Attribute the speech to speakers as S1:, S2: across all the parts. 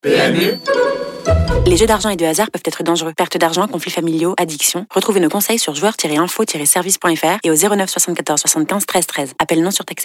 S1: PMU.
S2: Les jeux d'argent et de hasard peuvent être dangereux. Perte d'argent, conflits familiaux, addiction. Retrouvez nos conseils sur joueurs-info-service.fr et au 09 74 75 13 13. Appel non surtaxé.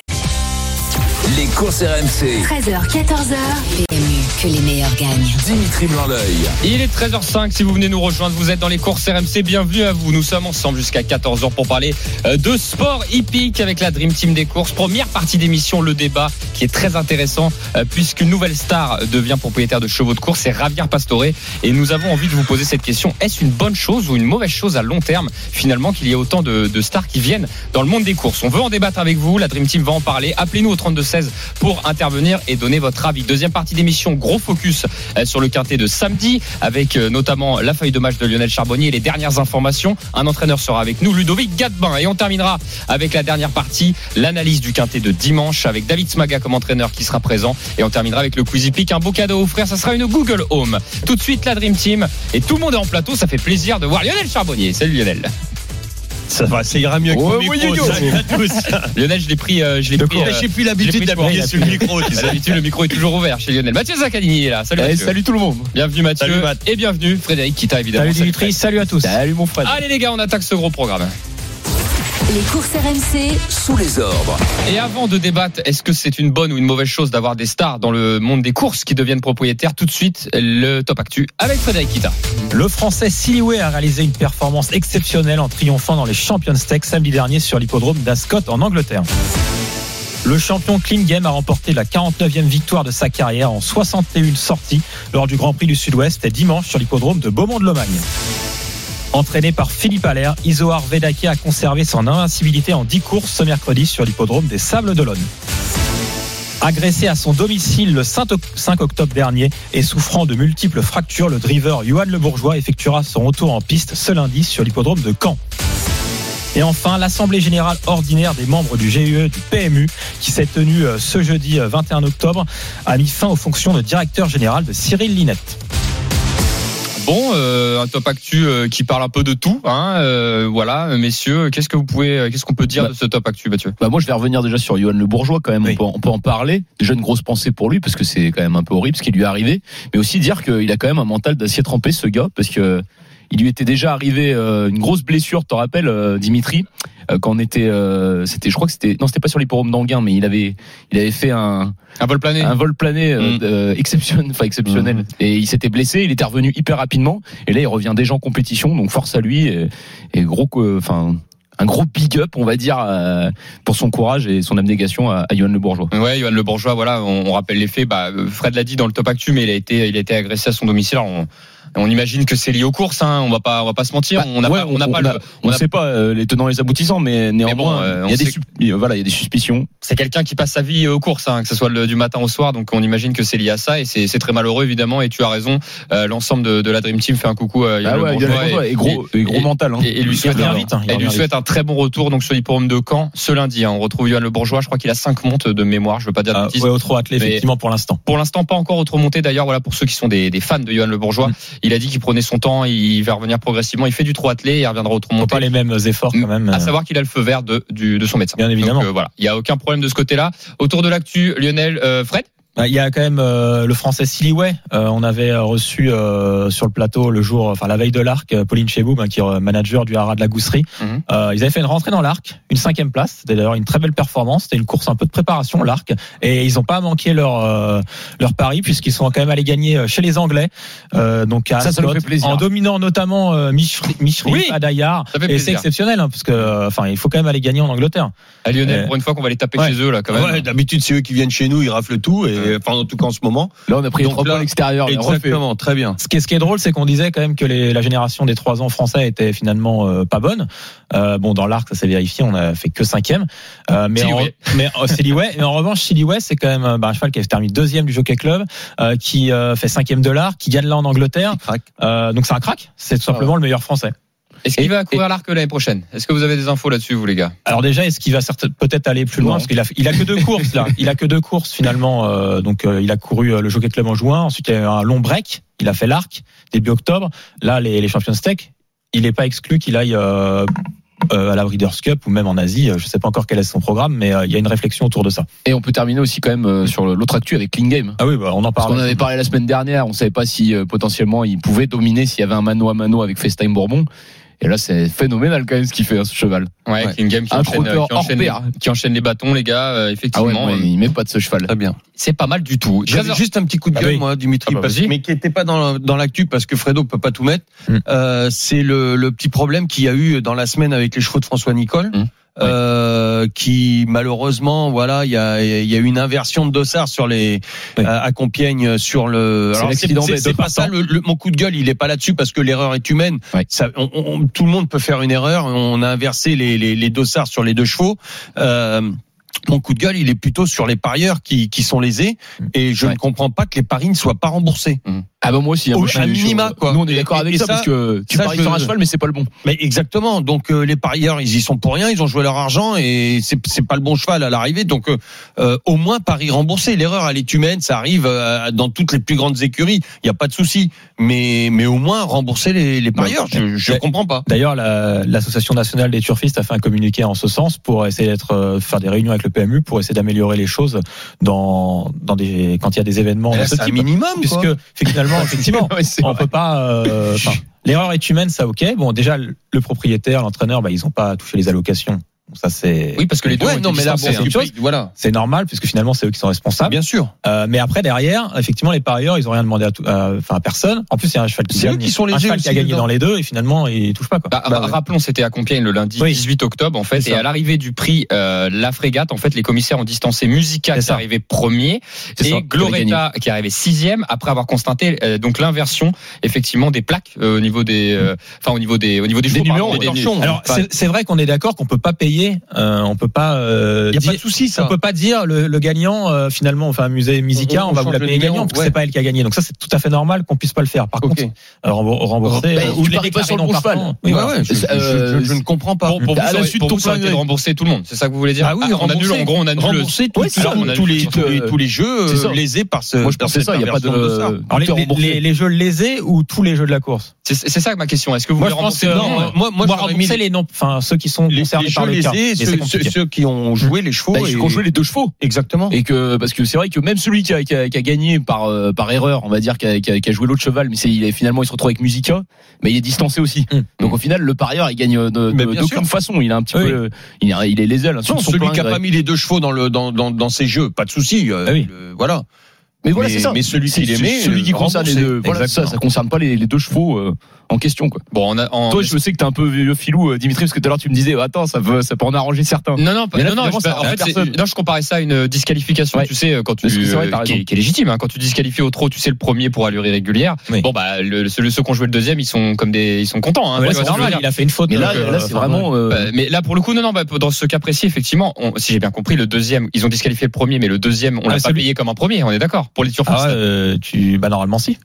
S3: Les courses RMC.
S4: 13h, 14h. PMU, que les meilleurs gagnent.
S3: Dimitri Blanc-L'œil.
S5: Il est 13h05. Si vous venez nous rejoindre, vous êtes dans les courses RMC. Bienvenue à vous. Nous sommes ensemble jusqu'à 14h pour parler de sport hippique avec la Dream Team des courses. Première partie d'émission, le débat qui est très intéressant puisqu'une nouvelle star devient propriétaire de chevaux de course, c'est Javier Pastore. Et nous avons envie de vous poser cette question. Est-ce une bonne chose ou une mauvaise chose à long terme finalement qu'il y ait autant de stars qui viennent dans le monde des courses? On veut en débattre avec vous. La Dream Team va en parler. Appelez-nous au 32-16 pour intervenir et donner votre avis. Deuxième partie d'émission, gros focus sur le quintet de samedi avec notamment la feuille de match de Lionel Charbonnier et les dernières informations. Un entraîneur sera avec nous, Ludovic Gadebin. Et on terminera avec la dernière partie, l'analyse du quintet de dimanche avec David Smaga comme entraîneur qui sera présent. Et on terminera avec le Quiz Hippique. Un beau cadeau à offrir, ça sera une Google Home. Tout de suite, la Dream Team. Et tout le monde est en plateau, ça fait plaisir de voir Lionel Charbonnier. Salut Lionel.
S6: Ça ira mieux que mon micro.
S5: Lionel, je l'ai pris.
S6: J'ai plus l'habitude d'appuyer sur le micro.
S5: D'habitude, le micro est toujours ouvert chez Lionel. Mathieu Zaccanini est là. Salut Mathieu.
S6: Salut tout le monde.
S5: Bienvenue Mathieu.
S6: Salut Matt.
S5: Et bienvenue Frédéric Kita évidemment.
S7: Salut Dimitri, salut à tous.
S6: Salut mon frère.
S5: Allez les gars, on attaque ce gros programme.
S4: Les courses RMC.
S3: Sous les ordres.
S5: Et avant de débattre, est-ce que c'est une bonne ou une mauvaise chose d'avoir des stars dans le monde des courses qui deviennent propriétaires? Tout de suite, le top actu avec Frédéric Kita.
S7: Le Français Silly-Way a réalisé une performance exceptionnelle en triomphant dans les Champions Stakes samedi dernier sur l'hippodrome d'Ascot en Angleterre. Le champion Clean Game a remporté la 49e victoire de sa carrière en 61 sorties lors du Grand Prix du Sud-Ouest et dimanche sur l'hippodrome de Beaumont-de-Lomagne. Entraîné par Philippe Allaire, Isoar Vedake a conservé son invincibilité en 10 courses ce mercredi sur l'hippodrome des Sables d'Olonne. Agressé à son domicile le 5 octobre dernier et souffrant de multiples fractures, le driver Johan Le Bourgeois effectuera son retour en piste ce lundi sur l'hippodrome de Caen. Et enfin, l'Assemblée Générale Ordinaire des membres du GIE du PMU, qui s'est tenue ce jeudi 21 octobre, a mis fin aux fonctions de directeur général de Cyril Linette.
S5: Bon, un top actu qui parle un peu de tout, hein. Voilà, messieurs, qu'est-ce qu'on peut dire de ce top actu, Mathieu?
S6: Moi, je vais revenir déjà sur Johan Le Bourgeois quand même. Oui. On peut en parler. Déjà une grosse pensée pour lui parce que c'est quand même un peu horrible ce qui lui est arrivé, mais aussi dire qu'il a quand même un mental d'acier trempé, ce gars, parce que il lui était déjà arrivé une grosse blessure, t'en rappelles, Dimitri, quand on était, c'était, je crois que c'était pas sur l'hippodrome d'Anguin, mais il avait fait un vol plané exceptionnel. Et il s'était blessé, il était revenu hyper rapidement, et là il revient déjà en compétition, donc force à lui et un gros big up, on va dire, pour son courage et son abnégation à Johan Le Bourgeois.
S5: Ouais, Johan Le Bourgeois, voilà, on rappelle les faits. Fred l'a dit dans le top actu, mais il a été agressé à son domicile. Alors on imagine que c'est lié aux courses, hein. On va pas se mentir. On ne sait pas
S6: les tenants et les aboutissants, mais néanmoins, il y a des suspicions.
S5: C'est quelqu'un qui passe sa vie aux courses, hein, que ce soit du matin au soir. Donc on imagine que c'est lié à ça et c'est très malheureux évidemment. Et tu as raison. L'ensemble de la Dream Team fait un coucou à Johan Le Bourgeois
S6: et gros mental. Hein.
S5: Et lui souhaite un très bon retour donc sur l'hippodrome de Caen ce lundi. Hein. On retrouve Johan Le Bourgeois. Je crois qu'il a 5 montes de mémoire. Je veux pas dire de bêtises.
S7: Ouais, au trot attelé effectivement pour l'instant.
S5: Pour l'instant, pas encore au trot monté. D'ailleurs, voilà pour ceux qui sont des fans de Johan Le Bourgeois. Il a dit qu'il prenait son temps. Il va revenir progressivement. Il fait du trot attelé et il reviendra au trot monté.
S7: Pas les mêmes efforts quand même.
S5: À savoir qu'il a le feu vert de son médecin.
S7: Bien évidemment.
S5: Donc voilà, il y a aucun problème de ce côté-là. Autour de l'actu, Lionel, Fred.
S7: Il y a quand même le Français Silly-Way. On avait reçu sur le plateau la veille de l'Arc, Pauline Cheboum, qui est manager du Haras de la Gousserie. Ils avaient fait une rentrée dans l'Arc, une 5e place. C'était d'ailleurs une très belle performance. C'était une course un peu de préparation, l'Arc, et ils n'ont pas manqué leur pari puisqu'ils sont quand même allés gagner chez les Anglais. Donc à
S6: ça nous fait plaisir.
S7: En dominant notamment Michri, Adayar. Et c'est exceptionnel, parce que il faut quand même aller gagner en Angleterre.
S5: À Lionel, pour une fois qu'on va les taper chez eux là, quand même.
S6: Ouais, d'habitude c'est eux qui viennent chez nous, ils raflent tout et en tout cas en ce moment. Là on a pris 3 points à l'extérieur.
S5: Exactement, très bien.
S7: Ce qui est drôle, c'est qu'on disait quand même que la génération des 3 ans français était finalement pas bonne. Dans l'Arc, ça s'est vérifié, on a fait que 5e. Mais en revanche, Silly-Way, c'est quand même un cheval qui a terminé 2e du Jockey Club, qui fait 5e de l'Arc, qui gagne là en Angleterre. Donc c'est un crack. C'est tout simplement le meilleur français.
S5: Est-ce qu'il va courir l'Arc l'année prochaine? Est-ce que vous avez des infos là-dessus, vous, les gars?
S7: Alors déjà, est-ce qu'il va peut-être aller plus loin? Parce qu'il a que 2 courses, là. Il a que 2 courses, finalement. Il a couru le Jockey Club en juin. Ensuite, il y a eu un long break. Il a fait l'Arc, début octobre. Là, les Champions Stakes. Il n'est pas exclu qu'il aille à la Breeders' Cup ou même en Asie. Je sais pas encore quel est son programme, mais il y a une réflexion autour de ça.
S6: Et on peut terminer aussi quand même sur l'autre actu avec Clean Game.
S7: Ah oui, bah, on en
S6: Parce
S7: parle.
S6: qu'on avait parlé la semaine dernière, on savait pas si potentiellement il pouvait dominer s'il y avait un mano à mano avec FaceTime Bourbon. Et là, c'est phénoménal quand même ce qu'il fait, ce cheval.
S5: Ouais, Clean Game qui enchaîne les bâtons, les gars, effectivement.
S6: Il met pas de ce cheval.
S1: Très bien.
S5: C'est pas mal du tout.
S1: J'avais juste un petit coup de gueule, moi, Dimitri, mais qui n'était pas dans l'actu parce que Fredo peut pas tout mettre. C'est le petit problème qu'il y a eu dans la semaine avec les chevaux de François Nicole. Qui malheureusement, voilà, il y a eu une inversion de dossard sur à Compiègne sur le. Alors c'est pas ça. Mon coup de gueule, il est pas là-dessus parce que l'erreur est humaine. Ouais. Ça, tout le monde peut faire une erreur. On a inversé les dossards sur les deux chevaux. Mon coup de gueule, il est plutôt sur les parieurs qui sont lésés et je ne comprends pas que les paris ne soient pas remboursés.
S6: Ah bah moi aussi,
S1: à minima quoi.
S6: Nous on est d'accord avec ça parce que tu paries sur un cheval mais c'est pas le bon.
S1: Mais exactement. Donc les parieurs, ils y sont pour rien, ils ont joué leur argent et c'est pas le bon cheval à l'arrivée. Donc au moins paris remboursé. L'erreur elle est humaine, ça arrive dans toutes les plus grandes écuries, il y a pas de souci. Mais au moins rembourser les parieurs, je comprends pas.
S7: D'ailleurs l'association nationale des turfistes a fait un communiqué en ce sens pour essayer faire des réunions avec le PMU pour essayer d'améliorer les choses quand il y a des événements de ce type,
S1: minimum
S7: puisque effectivement on peut pas l'erreur est humaine, ça ok. Bon déjà le propriétaire, l'entraîneur, ils ont pas touché les allocations. Ça c'est
S5: oui parce que les deux
S1: mais là c'est une chose. Voilà,
S7: c'est normal puisque finalement c'est eux qui sont responsables.
S1: Bien sûr.
S7: Mais après derrière, effectivement les parieurs ils ont rien demandé à personne. En plus il y a un cheval qui a gagné dans les deux et finalement il touche pas quoi.
S5: Rappelons c'était à Compiègne le lundi 18 octobre en fait et à l'arrivée du prix La Frégate en fait les commissaires ont distancé Musica qui est arrivé premier et Gloretta qui est arrivé 6e après avoir constaté donc l'inversion effectivement des plaques au niveau des chevaux.
S7: Alors c'est vrai qu'on est d'accord qu'on peut pas payer. On peut pas.
S1: Il y a pas de souci, ça.
S7: On peut pas dire le gagnant finalement. Enfin, musée Musica, on va vous la payer gagnant parce que c'est pas elle qui a gagné. Donc ça, c'est tout à fait normal qu'on puisse pas le faire. Par contre, rembourser
S6: ou les déclarer non partants.
S1: Je ne comprends pas.
S5: Pour à la suite, tout ça a été de rembourser tout le monde. C'est ça que vous voulez dire?
S1: Ah oui, on annule. En gros, on annule
S5: rembourser
S1: tous les jeux lésés par ce.
S6: Moi, je pense que c'est ça. Il y a pas de.
S7: Alors les jeux lésés ou tous les jeux de la course?
S5: C'est ça ma question. Est-ce que vous voulez rembourser?
S7: Moi, rembourser les non. Enfin, ceux qui sont concernés par le.
S1: Ceux qui ont joué les chevaux
S6: qui ont joué les deux chevaux
S1: exactement
S6: et parce que c'est vrai que même celui qui a gagné par erreur on va dire qui a joué l'autre cheval mais finalement il se retrouve avec Musica mais il est distancé aussi donc au final le parieur il gagne d'aucune façon il a un petit peu il est lésé
S1: celui qui a pas mis les deux chevaux dans ses jeux pas de souci voilà.
S6: Mais voilà, c'est ça.
S1: Mais celui qui les met,
S6: celui qui concerne les deux. Voilà, ça concerne pas les deux chevaux en question, quoi.
S5: Bon,
S6: toi, je sais que t'es un peu vieux filou, Dimitri, parce que tout à l'heure tu me disais, attends, ça peut en arranger certains.
S5: Non, je comparais ça à une disqualification, tu sais, quand qui est légitime, quand tu disqualifies au trot, tu sais, le premier pour allure irrégulière. Bon, ceux qui ont joué le deuxième, ils sont contents,
S7: c'est normal, il a fait une faute.
S6: Mais là, c'est vraiment,
S5: mais là, pour le coup, dans ce cas précis, effectivement, si j'ai bien compris, le deuxième, ils ont disqualifié le premier, mais le deuxième, on l'a pas payé comme un premier, on est d'accord? Pour les turfistes.
S7: Normalement si.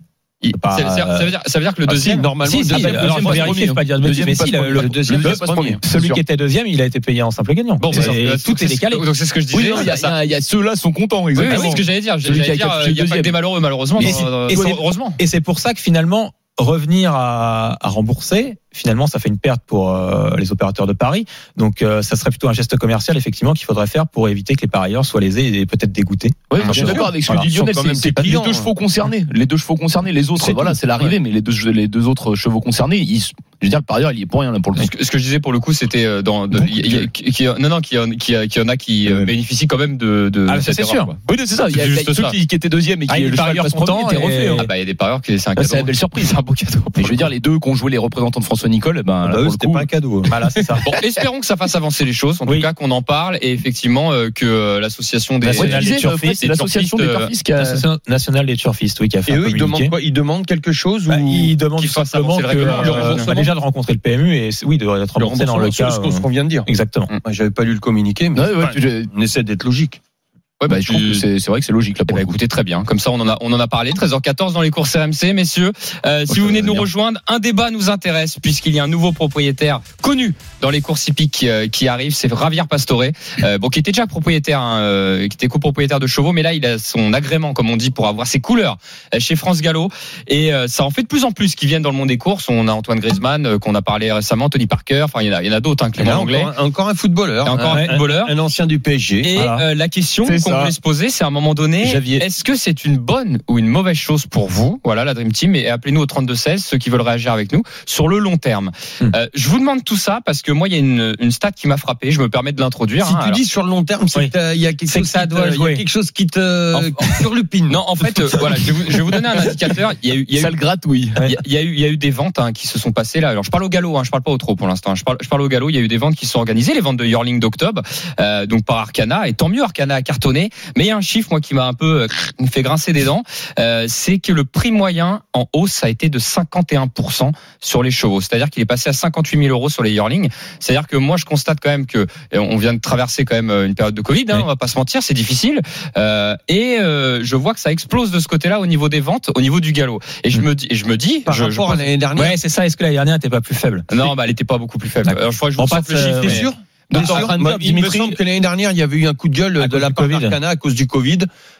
S5: Ça veut dire que le deuxième
S7: normalement alors je vérifie pas dire mais si le deuxième celui qui était deuxième il a été payé en simple gagnant. Bon tout est décalé.
S5: Donc c'est ce que je disais.
S6: Il y a ceux-là sont contents exactement.
S5: C'est ce que j'allais dire. Il y a pas que des malheureux malheureusement. Heureusement.
S7: Et c'est pour ça que finalement revenir à rembourser, finalement, ça fait une perte pour les opérateurs de paris. Donc, ça serait plutôt un geste commercial, effectivement, qu'il faudrait faire pour éviter que les parieurs soient lésés et peut-être dégoûtés.
S6: Oui, je suis d'accord avec ce que dit Lionel. C'est pas les deux chevaux concernés. Les deux chevaux concernés, les autres, voilà, c'est l'arrivée, mais les deux autres chevaux concernés, je veux dire, le parieur, il est pour rien, là, pour le coup.
S5: Ce que je disais, pour le coup, c'était qu'il y en a qui bénéficient quand même de
S6: cette erreur. C'est sûr. Oui, c'est ça. Il y a ceux qui étaient deuxième et qui,
S7: le parieur content,
S5: étaient refaits. Il y a des parieurs qui, c'est un cadeau.
S6: C'est une belle surprise. C'est un beau cadeau. Mais je veux dire, les deux qui ont joué les représentants de François Nicole,
S7: c'était pas un cadeau.
S5: Voilà, c'est ça. Bon, espérons que ça fasse avancer les choses. En tout cas, qu'on en parle et effectivement, que l'association des
S6: turfistes, l'association des turfistes,
S7: l'association nationale des turfistes, oui, qui a fait un communiqué.
S1: Et eux, ils demandent quoi? Ils demandent quelque chose ou
S7: ils demandent simplement déjà de rencontrer le PMU et oui, de être remboursé dans le cas.
S1: Ce qu'on vient de dire.
S7: Exactement.
S1: J'avais pas lu le communiqué, mais on essaie d'être logique.
S5: Ouais,
S6: je trouve que c'est vrai que c'est logique là.
S5: Écoutez, très bien. Comme ça, on en a parlé. 13h14 dans les courses RMC, messieurs. Si vous venez de nous rejoindre, un débat nous intéresse puisqu'il y a un nouveau propriétaire connu dans les courses hippiques qui arrive. C'est Javier Pastore, qui était déjà propriétaire, qui était copropriétaire de chevaux, mais là, il a son agrément, comme on dit, pour avoir ses couleurs chez France Gallo. Et ça en fait de plus en plus qui viennent dans le monde des courses. On a Antoine Griezmann, qu'on a parlé récemment, Tony Parker. Enfin, il y en a d'autres, Clément Anglais.
S1: Encore un footballeur.
S5: Un
S1: ancien du PSG.
S5: Et la question qu'on voulait se poser, c'est à un moment donné, est-ce que c'est une bonne ou une mauvaise chose pour vous, voilà, la Dream Team, et appelez-nous au 32-16, ceux qui veulent réagir avec nous, sur le long terme. Je vous demande tout ça parce que moi, il y a une stat qui m'a frappé, je me permets de l'introduire.
S1: Si tu dis sur le long terme, c'est qu'il y a quelque chose qui te surlupine.
S5: Non, en fait, voilà, je vais vous donner un indicateur. Il y a eu
S6: gratouille.
S5: Il y a eu des ventes qui se sont passées là. Alors, je parle au galop, je parle pas au trot pour l'instant. Je parle au galop. Il y a eu des ventes qui se sont organisées, les ventes de Yearling d'octobre, donc par Arcana, et tant mieux, Arcana a cartonné. Mais il y a un chiffre, moi, qui m'a un peu fait grincer des dents, c'est que le prix moyen en hausse a été de 51% sur les chevaux. C'est-à-dire qu'il est passé à 58 000 euros sur les Yearling. C'est-à-dire que moi, je constate quand même que on vient de traverser quand même une période de Covid, on va pas se mentir, c'est difficile. Et je vois que ça explose de ce côté-là au niveau des ventes, au niveau du galop. Et je me dis,
S1: par rapport à l'année dernière.
S7: Ouais, c'est ça. Est-ce que l'année dernière n'était pas plus faible?
S5: Non, elle était pas beaucoup plus faible. Alors, je crois que je vous passe le chiffre.
S1: T'es sûr? Il me semble que l'année dernière, il y avait eu un coup de gueule de la part d'Arcana à cause du Covid.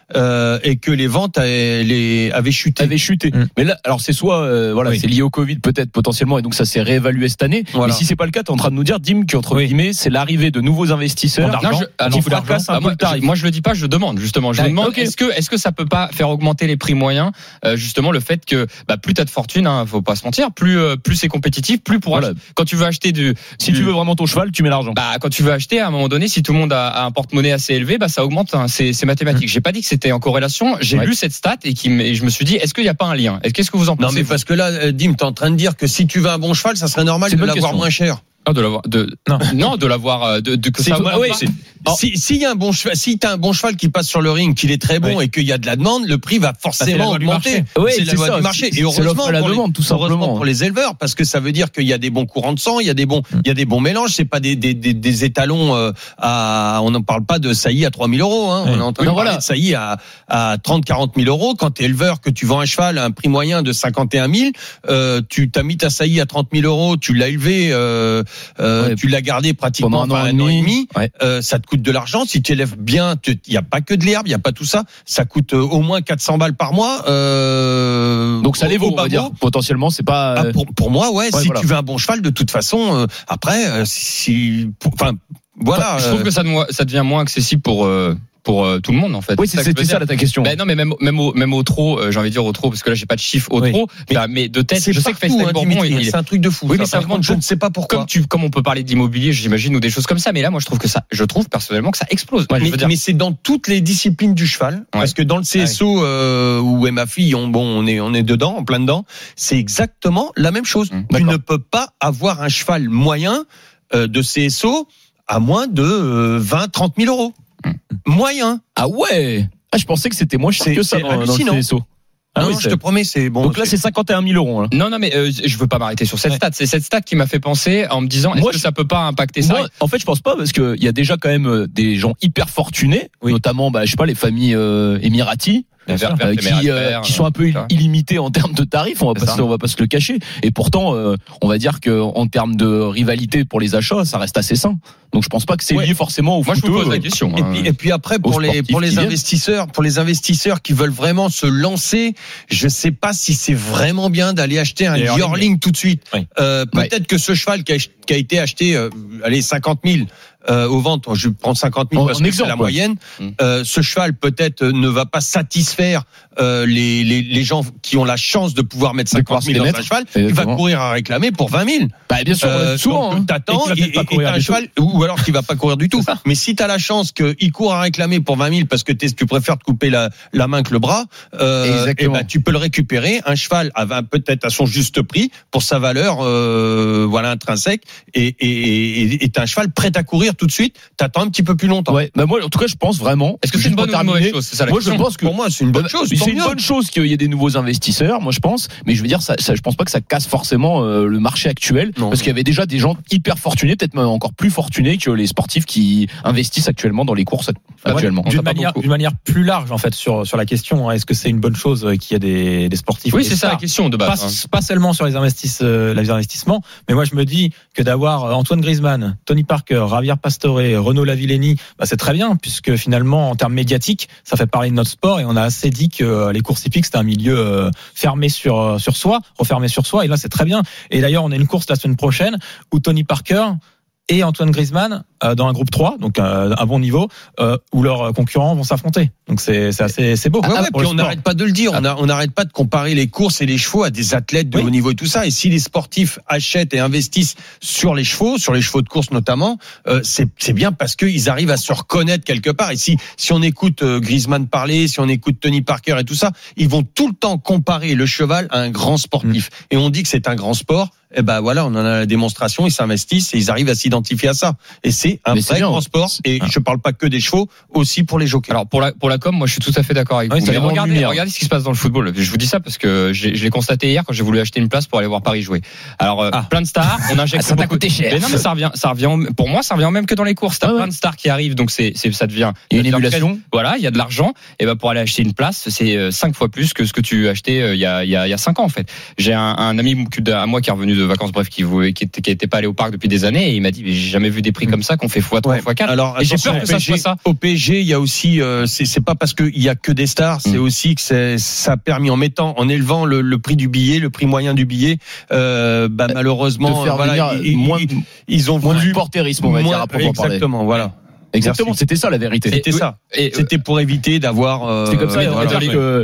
S1: Et que les ventes avaient chuté.
S6: Mais là, alors c'est soit c'est lié au Covid peut-être potentiellement, et donc ça s'est réévalué cette année. Mais si c'est pas le cas, t'es en train de nous dire, Dim, qu'entre guillemets, c'est l'arrivée de nouveaux investisseurs qui fracassent un peu le tarif.
S5: Moi je le dis pas, je demande justement. Je me demande est-ce que ça peut pas faire augmenter les prix moyens, justement le fait que plus t'as de fortune, faut pas se mentir, plus c'est compétitif, plus pour quand tu veux acheter
S6: si tu veux vraiment ton cheval, tu mets l'argent.
S5: Quand tu veux acheter, à un moment donné, si tout le monde a un porte-monnaie assez élevé, ça augmente. C'est mathématique. J'ai pas dit que c'était en corrélation. J'ai lu cette stat et je me suis dit, est-ce qu'il n'y a pas un lien? Qu'est-ce que vous en pensez?
S1: Non, mais parce que là, Dim, t'es en train de dire que si tu veux un bon cheval, ça serait normal de l'avoir moins cher.
S5: De l'avoir
S1: si y a un bon cheval, si t'as un bon cheval qui passe sur le ring, qu'il est très bon et qu'il y a de la demande, le prix va forcément augmenter.
S6: C'est la loi du marché.
S1: Et heureusement pour les éleveurs, parce que ça veut dire qu'il y a des bons courants de sang, il y a des bons mélanges. C'est pas des étalons on n'en parle pas de saillies à 3 000 euros. On est en train de parler de saillies à 30, 40 000 euros. Quand t'es éleveur, que tu vends un cheval à un prix moyen de 51 000, tu t'as mis ta saillie à 30 000 euros, tu l'as élevé. Tu l'as gardé pratiquement pendant un an et demi. Ça te coûte de l'argent. Si tu élèves bien, il n'y a pas que de l'herbe, il n'y a pas tout ça. Ça coûte au moins 400 balles par mois.
S6: Donc ça les vaut, on va dire. Potentiellement, c'est pas.
S1: Pour moi, si tu veux un bon cheval, de toute façon, après, voilà.
S5: Je trouve que ça devient moins accessible pour tout le monde en fait.
S6: Oui, c'était ça ta question.
S5: Non, mais même au trot, j'ai envie de dire au trot, parce que là j'ai pas de chiffre au trot, mais de tête, je sais que FaceTime Bourbon,
S1: c'est un truc de fou.
S5: Oui, mais ça
S1: je ne sais pas pourquoi.
S5: Comme on peut parler d'immobilier, j'imagine, ou des choses comme ça, mais là moi je trouve personnellement que ça explose.
S1: Mais c'est dans toutes les disciplines du cheval, parce que dans le CSO ou MAFI, on est dedans, en plein dedans, c'est exactement la même chose. Tu ne peux pas avoir un cheval moyen de CSO à moins de 20-30 000 euros. Moyen.
S6: Ah ouais. Je pensais que c'était moins cher que ça dans le CSO.
S1: Je te promets, c'est bon.
S6: Donc là, c'est 51 000 euros.
S5: Non, mais je veux pas m'arrêter sur cette stat. C'est cette stat qui m'a fait penser en me disant, est-ce que ça peut pas impacter ça?
S6: En fait, je pense pas, parce que il y a déjà quand même des gens hyper fortunés, notamment, je sais pas, les familles Emirati. Qui sont un peu illimités en termes de tarifs, on va pas se le cacher. Et pourtant, on va dire que en termes de rivalité pour les achats, ça reste assez sain. Donc je pense pas que c'est lié forcément au footeux.
S5: Moi je me pose la question.
S1: Et puis après pour les investisseurs qui veulent vraiment se lancer, je sais pas si c'est vraiment bien d'aller acheter un Yearling tout de suite. Peut-être que ce cheval qui a été acheté 50 000 aux ventes, je prends 50 000 parce que c'est la moyenne. Ce cheval peut-être ne va pas satisfaire les gens qui ont la chance de pouvoir mettre 50 000 dans un cheval. Il va courir à réclamer pour 20 000.
S6: Bien sûr, souvent.
S1: T'attends et t'as un cheval, ou alors qu'il va pas courir du tout. Mais si t'as la chance qu'il court à réclamer pour 20 000 parce que tu préfères te couper la main que le bras, tu peux le récupérer. Un cheval peut-être à son juste prix pour sa valeur, intrinsèque, et un cheval prêt à courir courir tout de suite, t'attends un petit peu plus longtemps.
S6: Ouais, bah moi, en tout cas, je pense vraiment.
S5: Est-ce que c'est une bonne ou une mauvaise chose? C'est ça la question.
S6: Moi, je pense que
S1: pour moi, c'est une bonne chose.
S6: C'est une bonne chose qu'il y ait des nouveaux investisseurs, moi je pense. Mais je veux dire, ça je pense pas que ça casse forcément le marché actuel, parce qu'il y avait déjà des gens hyper fortunés, peut-être même encore plus fortunés que les sportifs qui investissent actuellement dans les courses actuellement.
S7: D'une manière plus large en fait sur la question, est-ce que c'est une bonne chose qu'il y ait des sportifs?
S5: Oui, c'est ça la question de base.
S7: Pas seulement sur les investissements, mais moi je me dis que d'avoir Antoine Griezmann, Tony Parker, Javier Pastore, Renaud Lavillenie, c'est très bien, puisque finalement en termes médiatiques, ça fait parler de notre sport, et on a assez dit que les courses hippiques c'était un milieu fermé sur soi, refermé sur soi, et là c'est très bien. Et d'ailleurs on a une course la semaine prochaine où Tony Parker et Antoine Griezmann dans un groupe 3, donc un bon niveau, où leurs concurrents vont s'affronter. Donc c'est beau.
S1: Puis on n'arrête pas de le dire, on n'arrête pas de comparer les courses et les chevaux à des athlètes de haut niveau et tout ça. Et si les sportifs achètent et investissent sur les chevaux de course notamment, c'est bien parce qu'ils arrivent à se reconnaître quelque part. Et si on écoute Griezmann parler, si on écoute Tony Parker et tout ça, ils vont tout le temps comparer le cheval à un grand sportif. Et on dit que c'est un grand sport. Et ben voilà, on en a la démonstration, ils s'investissent et ils arrivent à s'identifier à ça. Et c'est un vrai grand sport. Et je parle pas que des chevaux, aussi pour les jockeys.
S5: Alors pour la com, moi je suis tout à fait d'accord avec vous. Mais regardez ce qui se passe dans le football. Je vous dis ça parce que je l'ai constaté hier quand j'ai voulu acheter une place pour aller voir Paris jouer. Alors plein de stars, on injecte
S7: ça t'a coûté cher.
S5: Mais non, mais ça revient. Pour moi, ça revient même que dans les courses. T'as plein de stars qui arrivent, donc ça devient.
S6: Il y a une émulation.
S5: Voilà, il y a de l'argent. Et ben pour aller acheter une place, c'est 5 fois plus que ce que tu achetais il y a 5 ans en fait. J'ai un ami à moi qui est revenu de vacances, bref, qui était pas allé au parc depuis des années, et il m'a dit mais j'ai jamais vu des prix comme ça qu'on fait x3 x4.
S1: Alors
S5: et j'ai peur que ça soit ça.
S1: Au PSG, il y a aussi c'est pas parce qu'il y a que des stars, c'est aussi que ça a permis en élevant le prix du billet, le prix moyen du billet, malheureusement ils ont
S6: moins de supporterisme, on va dire, à proprement parler.
S1: Exactement, voilà.
S6: Exactement, c'était ça la vérité.
S1: C'était ça. C'était pour éviter d'avoir.
S6: C'est comme ça. On va dire que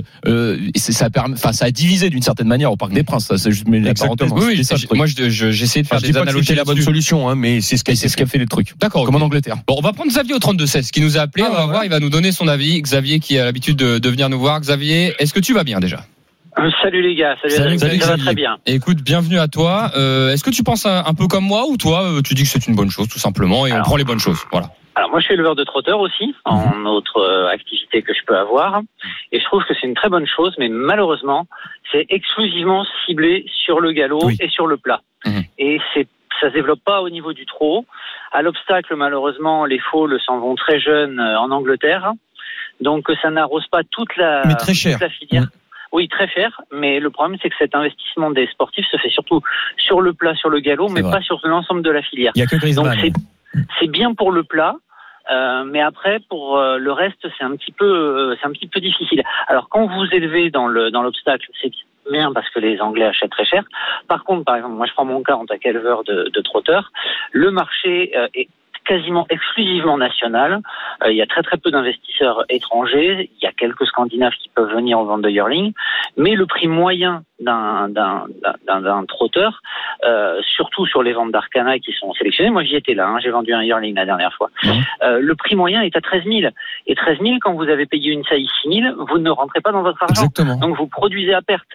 S6: ça a divisé d'une certaine manière au Parc des Princes. Ça, c'est juste la parenthèse.
S5: Oui, moi j'essaie de faire des analogies.
S1: C'est la bonne solution, mais c'est ce qui
S6: a fait les trucs.
S5: D'accord.
S6: Comme en Angleterre.
S5: Bon, on va prendre Xavier au 32-16 qui nous a appelé. On va voir, il va nous donner son avis. Xavier qui a l'habitude de venir nous voir. Xavier, est-ce que tu vas bien déjà?
S8: Salut les gars, salut ça va très bien.
S5: Écoute, bienvenue à toi. Est-ce que tu penses un peu comme moi, ou toi tu dis que c'est une bonne chose tout simplement et on prend les bonnes choses? Voilà.
S8: Alors moi je suis éleveur de trotteurs aussi, en autre activité que je peux avoir, et je trouve que c'est une très bonne chose, mais malheureusement c'est exclusivement ciblé sur le galop et sur le plat. Et ça se développe pas au niveau du trot. À l'obstacle, malheureusement, les foals s'en vont très jeunes en Angleterre, donc ça n'arrose pas toute la filière. Oui, très cher, mais le problème c'est que cet investissement des sportifs se fait surtout sur le plat, sur le galop, mais pas sur l'ensemble de la filière.
S7: Il y a que Griezmann.
S8: Donc c'est bien pour le plat. Mais après, pour le reste, c'est un petit peu difficile. Alors, quand vous élevez dans l'obstacle, c'est bien parce que les Anglais achètent très cher. Par contre, par exemple, moi, je prends mon cas en tant qu'éleveur de trotteurs. Le marché est quasiment exclusivement national. Il y a très très peu d'investisseurs étrangers. Il y a quelques Scandinaves qui peuvent venir en vente de yearling, mais le prix moyen d'un trotteur, surtout sur les ventes d'Arcana qui sont sélectionnées. Moi, j'y étais là. J'ai vendu un yearling la dernière fois. Le prix moyen est à 13 000. Et 13 000, quand vous avez payé une saillie 6 000, vous ne rentrez pas dans votre argent.
S1: Exactement.
S8: Donc, vous produisez à perte.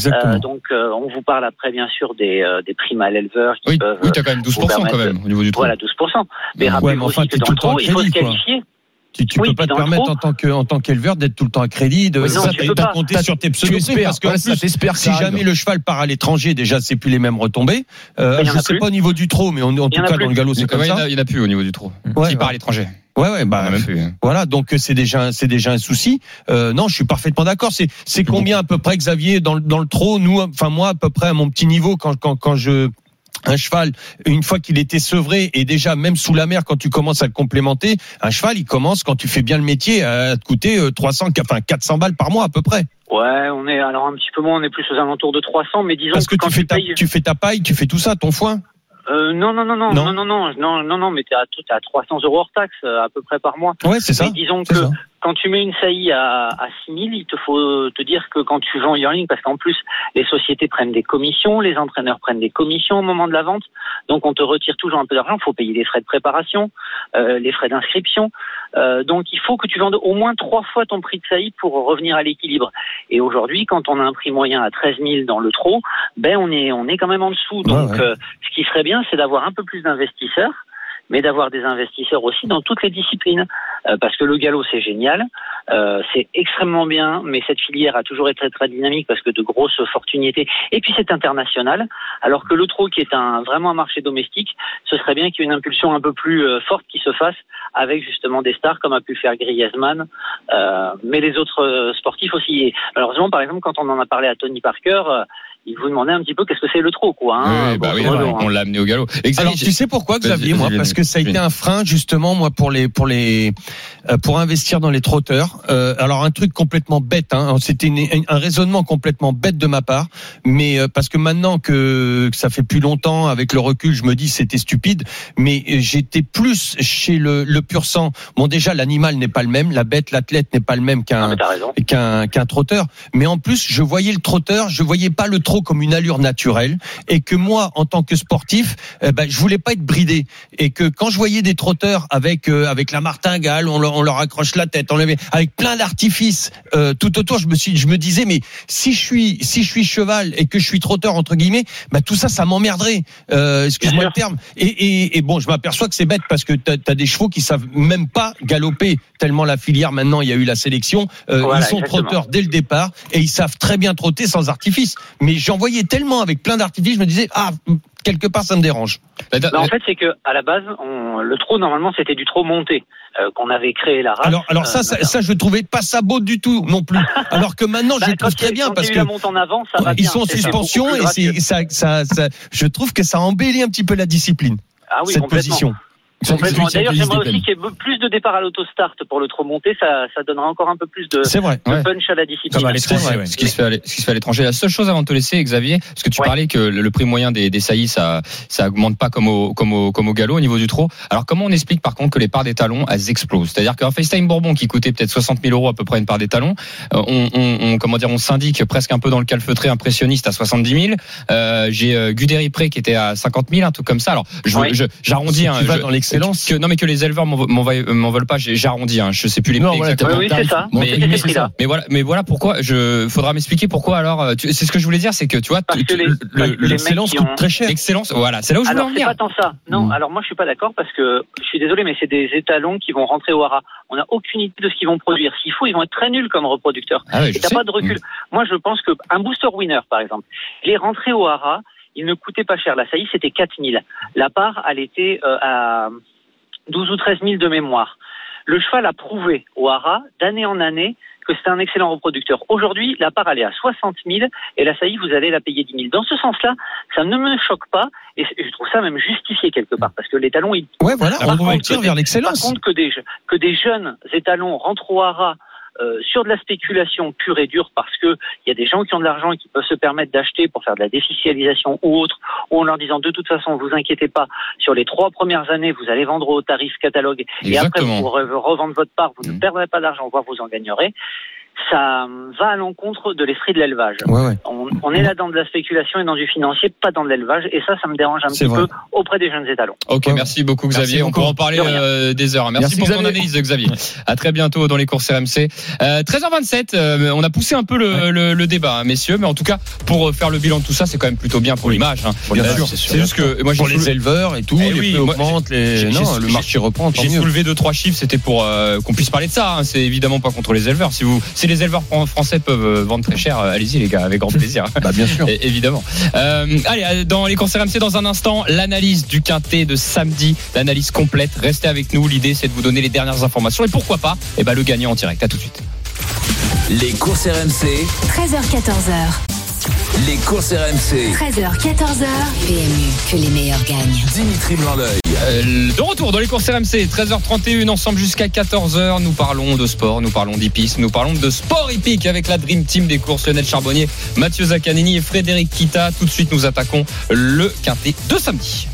S8: On vous parle après bien sûr des primes à l'éleveur qui peuvent.
S5: Oui, t'as quand même 12% quand même au niveau du trou.
S8: Voilà, 12%. Mais rappelez-vous aussi que dans le trou, il faut se qualifier.
S1: Tu peux pas te permettre en tant qu'éleveur d'être tout le temps à crédit, de compter sur tes pseudo-primes, parce que si jamais le cheval part à l'étranger, déjà c'est plus les mêmes retombées. Je sais pas au niveau du trot, mais en tout cas dans le galop c'est comme ça.
S5: Il y en a plus au niveau du trot. Qui part à l'étranger. Voilà, donc c'est déjà un souci. Non, je suis parfaitement d'accord. C'est combien à peu près, Xavier, dans le trot? Moi à peu près à mon petit niveau, quand un cheval, une fois qu'il était sevré, et déjà même sous la mer, quand tu commences à le complémenter, un cheval, il commence, quand tu fais bien le métier, à te coûter 400 balles par mois à peu près.
S8: Ouais, on est alors un petit peu moins, on est plus aux alentours de 300, mais disons
S1: parce que tu fais ta paille, tu fais tout ça, ton foin.
S8: Non, mais t'es à 300 € hors taxe à peu près par mois.
S1: Ouais, c'est ça.
S8: Mais disons que quand tu mets une saillie à 6 000, il te faut te dire que quand tu vends en yearling, parce qu'en plus les sociétés prennent des commissions, les entraîneurs prennent des commissions au moment de la vente, donc on te retire toujours un peu d'argent. Il faut payer les frais de préparation, les frais d'inscription. Donc il faut que tu vendes au moins 3 fois ton prix de saillie pour revenir à l'équilibre. Et aujourd'hui, quand on a un prix moyen à 13 000 dans le trot, on est quand même en dessous. Donc ce qui serait bien, c'est d'avoir un peu plus d'investisseurs mais d'avoir des investisseurs aussi dans toutes les disciplines. Parce que le galop, c'est génial, c'est extrêmement bien, mais cette filière a toujours été très, très dynamique parce que de grosses fortunes y étaient. Et puis c'est international, alors que le trot, qui est vraiment un marché domestique, ce serait bien qu'il y ait une impulsion un peu plus forte qui se fasse avec justement des stars comme a pu faire Griezmann, mais les autres sportifs aussi. Et malheureusement, par exemple, quand on en a parlé à Tony Parker, il vous demandait un petit peu qu'est-ce que c'est le trot, quoi.
S5: Hein, on l'a amené au galop.
S1: Alors tu sais pourquoi, Xavier, moi, parce que ça a été un frein justement, moi, pour investir dans les trotteurs. Alors un truc complètement bête, hein, c'était un raisonnement complètement bête de ma part, mais parce que maintenant que ça fait plus longtemps, avec le recul, je me dis c'était stupide, mais j'étais plus chez le pur sang. Bon, déjà l'animal n'est pas le même, la bête, l'athlète n'est pas le même qu'un trotteur, mais en plus je voyais le trotteur, je voyais pas le trot comme une allure naturelle, et que moi en tant que sportif, je voulais pas être bridé, et que quand je voyais des trotteurs avec la martingale, on leur accroche la tête, avec plein d'artifices tout autour, je me disais, mais si je suis cheval et que je suis trotteur entre guillemets, tout ça m'emmerderait, excuse-moi le terme, et bon, je m'aperçois que c'est bête parce que t'as des chevaux qui savent même pas galoper, tellement la filière maintenant, il y a eu la sélection, voilà, ils sont trotteurs dès le départ et ils savent très bien trotter sans artifice, mais j'en voyais tellement avec plein d'artifices, je me disais quelque part ça me dérange.
S8: En fait, c'est que à la base, le trot normalement c'était du trot monté qu'on avait créé la race.
S1: Alors ça je trouvais pas ça beau du tout non plus. Alors que maintenant je trouve très bien parce que
S8: la monte en avant, ça va bien.
S1: Ils sont en suspension et ça je trouve que ça embellit un petit peu la discipline.
S8: Ah oui,
S1: cette position.
S8: D'ailleurs, j'aimerais aussi qu'il y ait plus de départ à l'autostart pour le trot monté. Ça donnera encore un peu plus de punch à la discipline.
S5: Comme à l'étranger, ce qui se fait à l'étranger. La seule chose avant de te laisser, Xavier, parce que tu parlais que le prix moyen des saillies, ça augmente pas comme au galop au niveau du trot. Alors comment on explique par contre que les parts des talons elles explosent? C'est-à-dire qu'un FaceTime Bourbon qui coûtait peut-être 60 000 € à peu près une part des talons, on s'indique presque un peu dans le calfeutré impressionniste à 70 000. J'ai Guderipré qui était à 50 000, un truc comme ça. Alors j'arrondis.
S1: Tu vas dans l'excellence.
S5: Que les éleveurs m'en veulent pas, j'ai arrondi, hein, je sais plus les prix exactement.
S8: Oui, c'est ça.
S5: Mais voilà pourquoi faudra m'expliquer pourquoi alors. C'est ce que je voulais dire, c'est que tu vois,
S1: l'excellence coûte très cher.
S5: L'excellence, voilà, c'est là où je voulais en venir.
S8: C'est pas tant ça. Non, alors moi je suis pas d'accord parce que je suis désolé, mais c'est des étalons qui vont rentrer au haras. On n'a aucune idée de ce qu'ils vont produire. S'il faut, ils vont être très nuls comme reproducteurs. Et t'as pas de recul. Moi je pense que un booster winner par exemple, il est rentré au haras. Il ne coûtait pas cher. La saillie, c'était 4 000. La part, elle était à 12 ou 13 000 de mémoire. Le cheval a prouvé au haras, d'année en année, que c'était un excellent reproducteur. Aujourd'hui, la part, elle est à 60 000 et la saillie, vous allez la payer 10 000. Dans ce sens-là, ça ne me choque pas et je trouve ça même justifié quelque part parce que les talons,
S1: on tire vers l'excellence.
S8: Par contre, que des jeunes étalons rentrent au haras sur de la spéculation pure et dure parce que il y a des gens qui ont de l'argent et qui peuvent se permettre d'acheter pour faire de la défiscalisation ou autre, ou en leur disant de toute façon vous inquiétez pas, sur les 3 premières années vous allez vendre au tarif catalogue. Exactement. Et après vous revendre votre part, vous ne perdrez pas d'argent, voire vous en gagnerez. Ça va à l'encontre de l'esprit de l'élevage. On est là dans de la spéculation et dans du financier, pas dans de l'élevage, et ça me dérange un petit peu auprès des jeunes étalons.
S5: Ok, merci beaucoup Xavier. On pourra en parler des heures. Merci pour ton analyse Xavier. À très bientôt dans les courses RMC. 13h27, on a poussé un peu le débat, hein, messieurs, mais en tout cas pour faire le bilan de tout ça, c'est quand même plutôt bien pour l'image. Hein.
S1: Bien sûr.
S5: C'est juste que moi
S1: pour les éleveurs et tout, les prix augmentent, le marché reprend.
S5: J'ai soulevé 2-3 chiffres, c'était pour qu'on puisse parler de ça. Hein. C'est évidemment pas contre les éleveurs. Si les éleveurs français peuvent vendre très cher, allez-y les gars, avec grand plaisir.
S1: Bien sûr.
S5: Évidemment. Allez, dans les courses RMC, dans un instant, l'analyse du quintet de samedi, l'analyse complète. Restez avec nous. L'idée, c'est de vous donner les dernières informations et pourquoi pas, le gagnant en direct. À tout de suite.
S3: Les courses RMC.
S4: 13h-14h.
S3: Les courses RMC.
S4: 13h-14h. PMU, que les meilleurs gagnent.
S3: Dimitri Blanc-L'Oeil.
S5: De retour dans les courses RMC, 13h31, ensemble jusqu'à 14h. Nous parlons de sport, nous parlons d'hippisme, nous parlons de sport hippique avec la Dream Team des courses, Lionel Charbonnier, Mathieu Zaccanini et Frédéric Kita. Tout de suite, nous attaquons le quintet de samedi.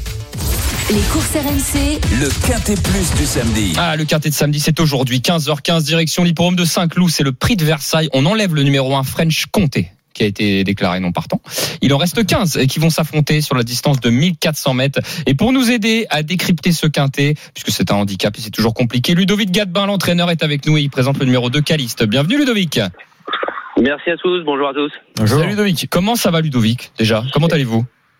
S4: Les courses RMC.
S3: Le quintet plus du samedi.
S5: Le quintet de samedi, c'est aujourd'hui, 15h15, direction l'hippodrome de Saint-Cloud. C'est le prix de Versailles. On enlève le numéro 1 French Comté, qui a été déclaré non partant. Il en reste 15 qui vont s'affronter sur la distance de 1400 mètres. Et pour nous aider à décrypter ce quintet, puisque c'est un handicap et c'est toujours compliqué, Ludovic Gadebin, l'entraîneur, est avec nous et il présente le numéro 2 Caliste. Bienvenue Ludovic.
S9: Merci à tous, bonjour à tous.
S5: Bonjour. Salut Ludovic. Comment ça va Ludovic déjà? Comment allez-vous?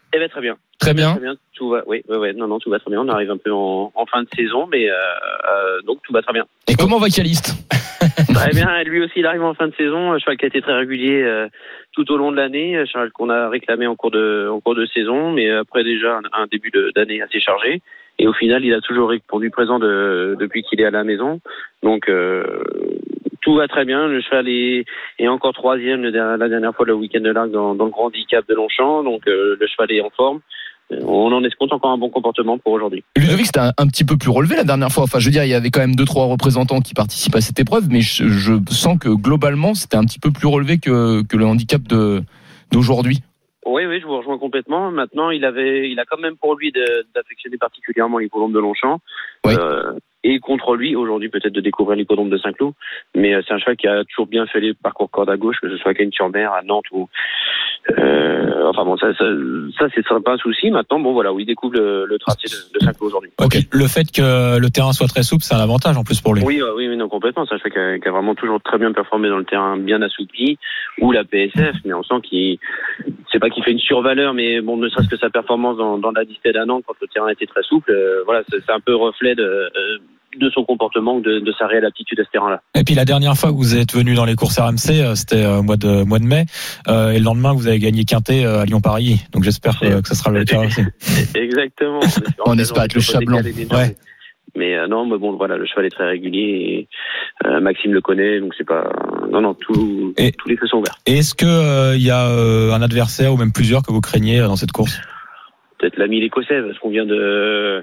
S9: Eh ben très bien.
S5: Très bien.
S9: Tout va, oui, non, tout va très bien. On arrive un peu en fin de saison, mais donc tout va très bien.
S6: Et comment va Caliste?
S9: Très bien. Lui aussi, il arrive en fin de saison. Cheval qui a été très régulier tout au long de l'année. Cheval qu'on a réclamé en cours de saison, mais après déjà un début d'année assez chargé. Et au final, il a toujours répondu présent depuis qu'il est à la maison. Donc tout va très bien. Le cheval est encore troisième la dernière fois le week-end de l'Arc dans le grand handicap de Longchamp. Donc le cheval est en forme. On en escompte encore un bon comportement pour aujourd'hui.
S6: Ludovic, c'était un petit peu plus relevé la dernière fois. Enfin, je veux dire, il y avait quand même 2-3 représentants qui participent à cette épreuve, mais je sens que globalement, c'était un petit peu plus relevé que le handicap d'aujourd'hui.
S9: Oui, je vous rejoins complètement. Maintenant, il a quand même pour lui d'affectionner particulièrement l'hippodrome de Longchamp. Oui. Et contre lui, aujourd'hui, peut-être de découvrir l'hippodrome de Saint-Cloud. Mais c'est un cheval qui a toujours bien fait les parcours corde à gauche, que ce soit à Cagnes-sur-Mer, à Nantes ou... enfin bon, ça c'est pas un souci. Maintenant, bon voilà, où il découvre le tracé de Saint-Cloud aujourd'hui.
S7: Ok. Le fait que le terrain soit très souple, c'est un avantage en plus pour lui.
S9: Oui, non, complètement. C'est un cheval qui a vraiment toujours très bien performé dans le terrain bien assoupli, ou la PSF, mais on sent c'est pas qu'il fait une survaleur, mais bon, ne serait-ce que sa performance dans la Disted à Nantes quand le terrain était très souple, voilà, c'est un peu reflet de son comportement, de sa réelle aptitude à ce terrain-là.
S7: Et puis la dernière fois que vous êtes venu dans les courses RMC, c'était au mois de mai, et le lendemain vous avez gagné Quintet à Lyon-Paris. Donc j'espère que ça sera le cas aussi.
S9: Exactement.
S6: On espère avec le Chablon.
S9: Ouais. Mais non, mais bon, voilà, le cheval est très régulier. Et, Maxime le connaît, donc c'est pas. Non, tous les feux sont ouverts.
S7: Et est-ce que il y a un adversaire ou même plusieurs que vous craignez dans cette course?
S9: Peut-être l'ami l'Écossais, parce qu'on vient de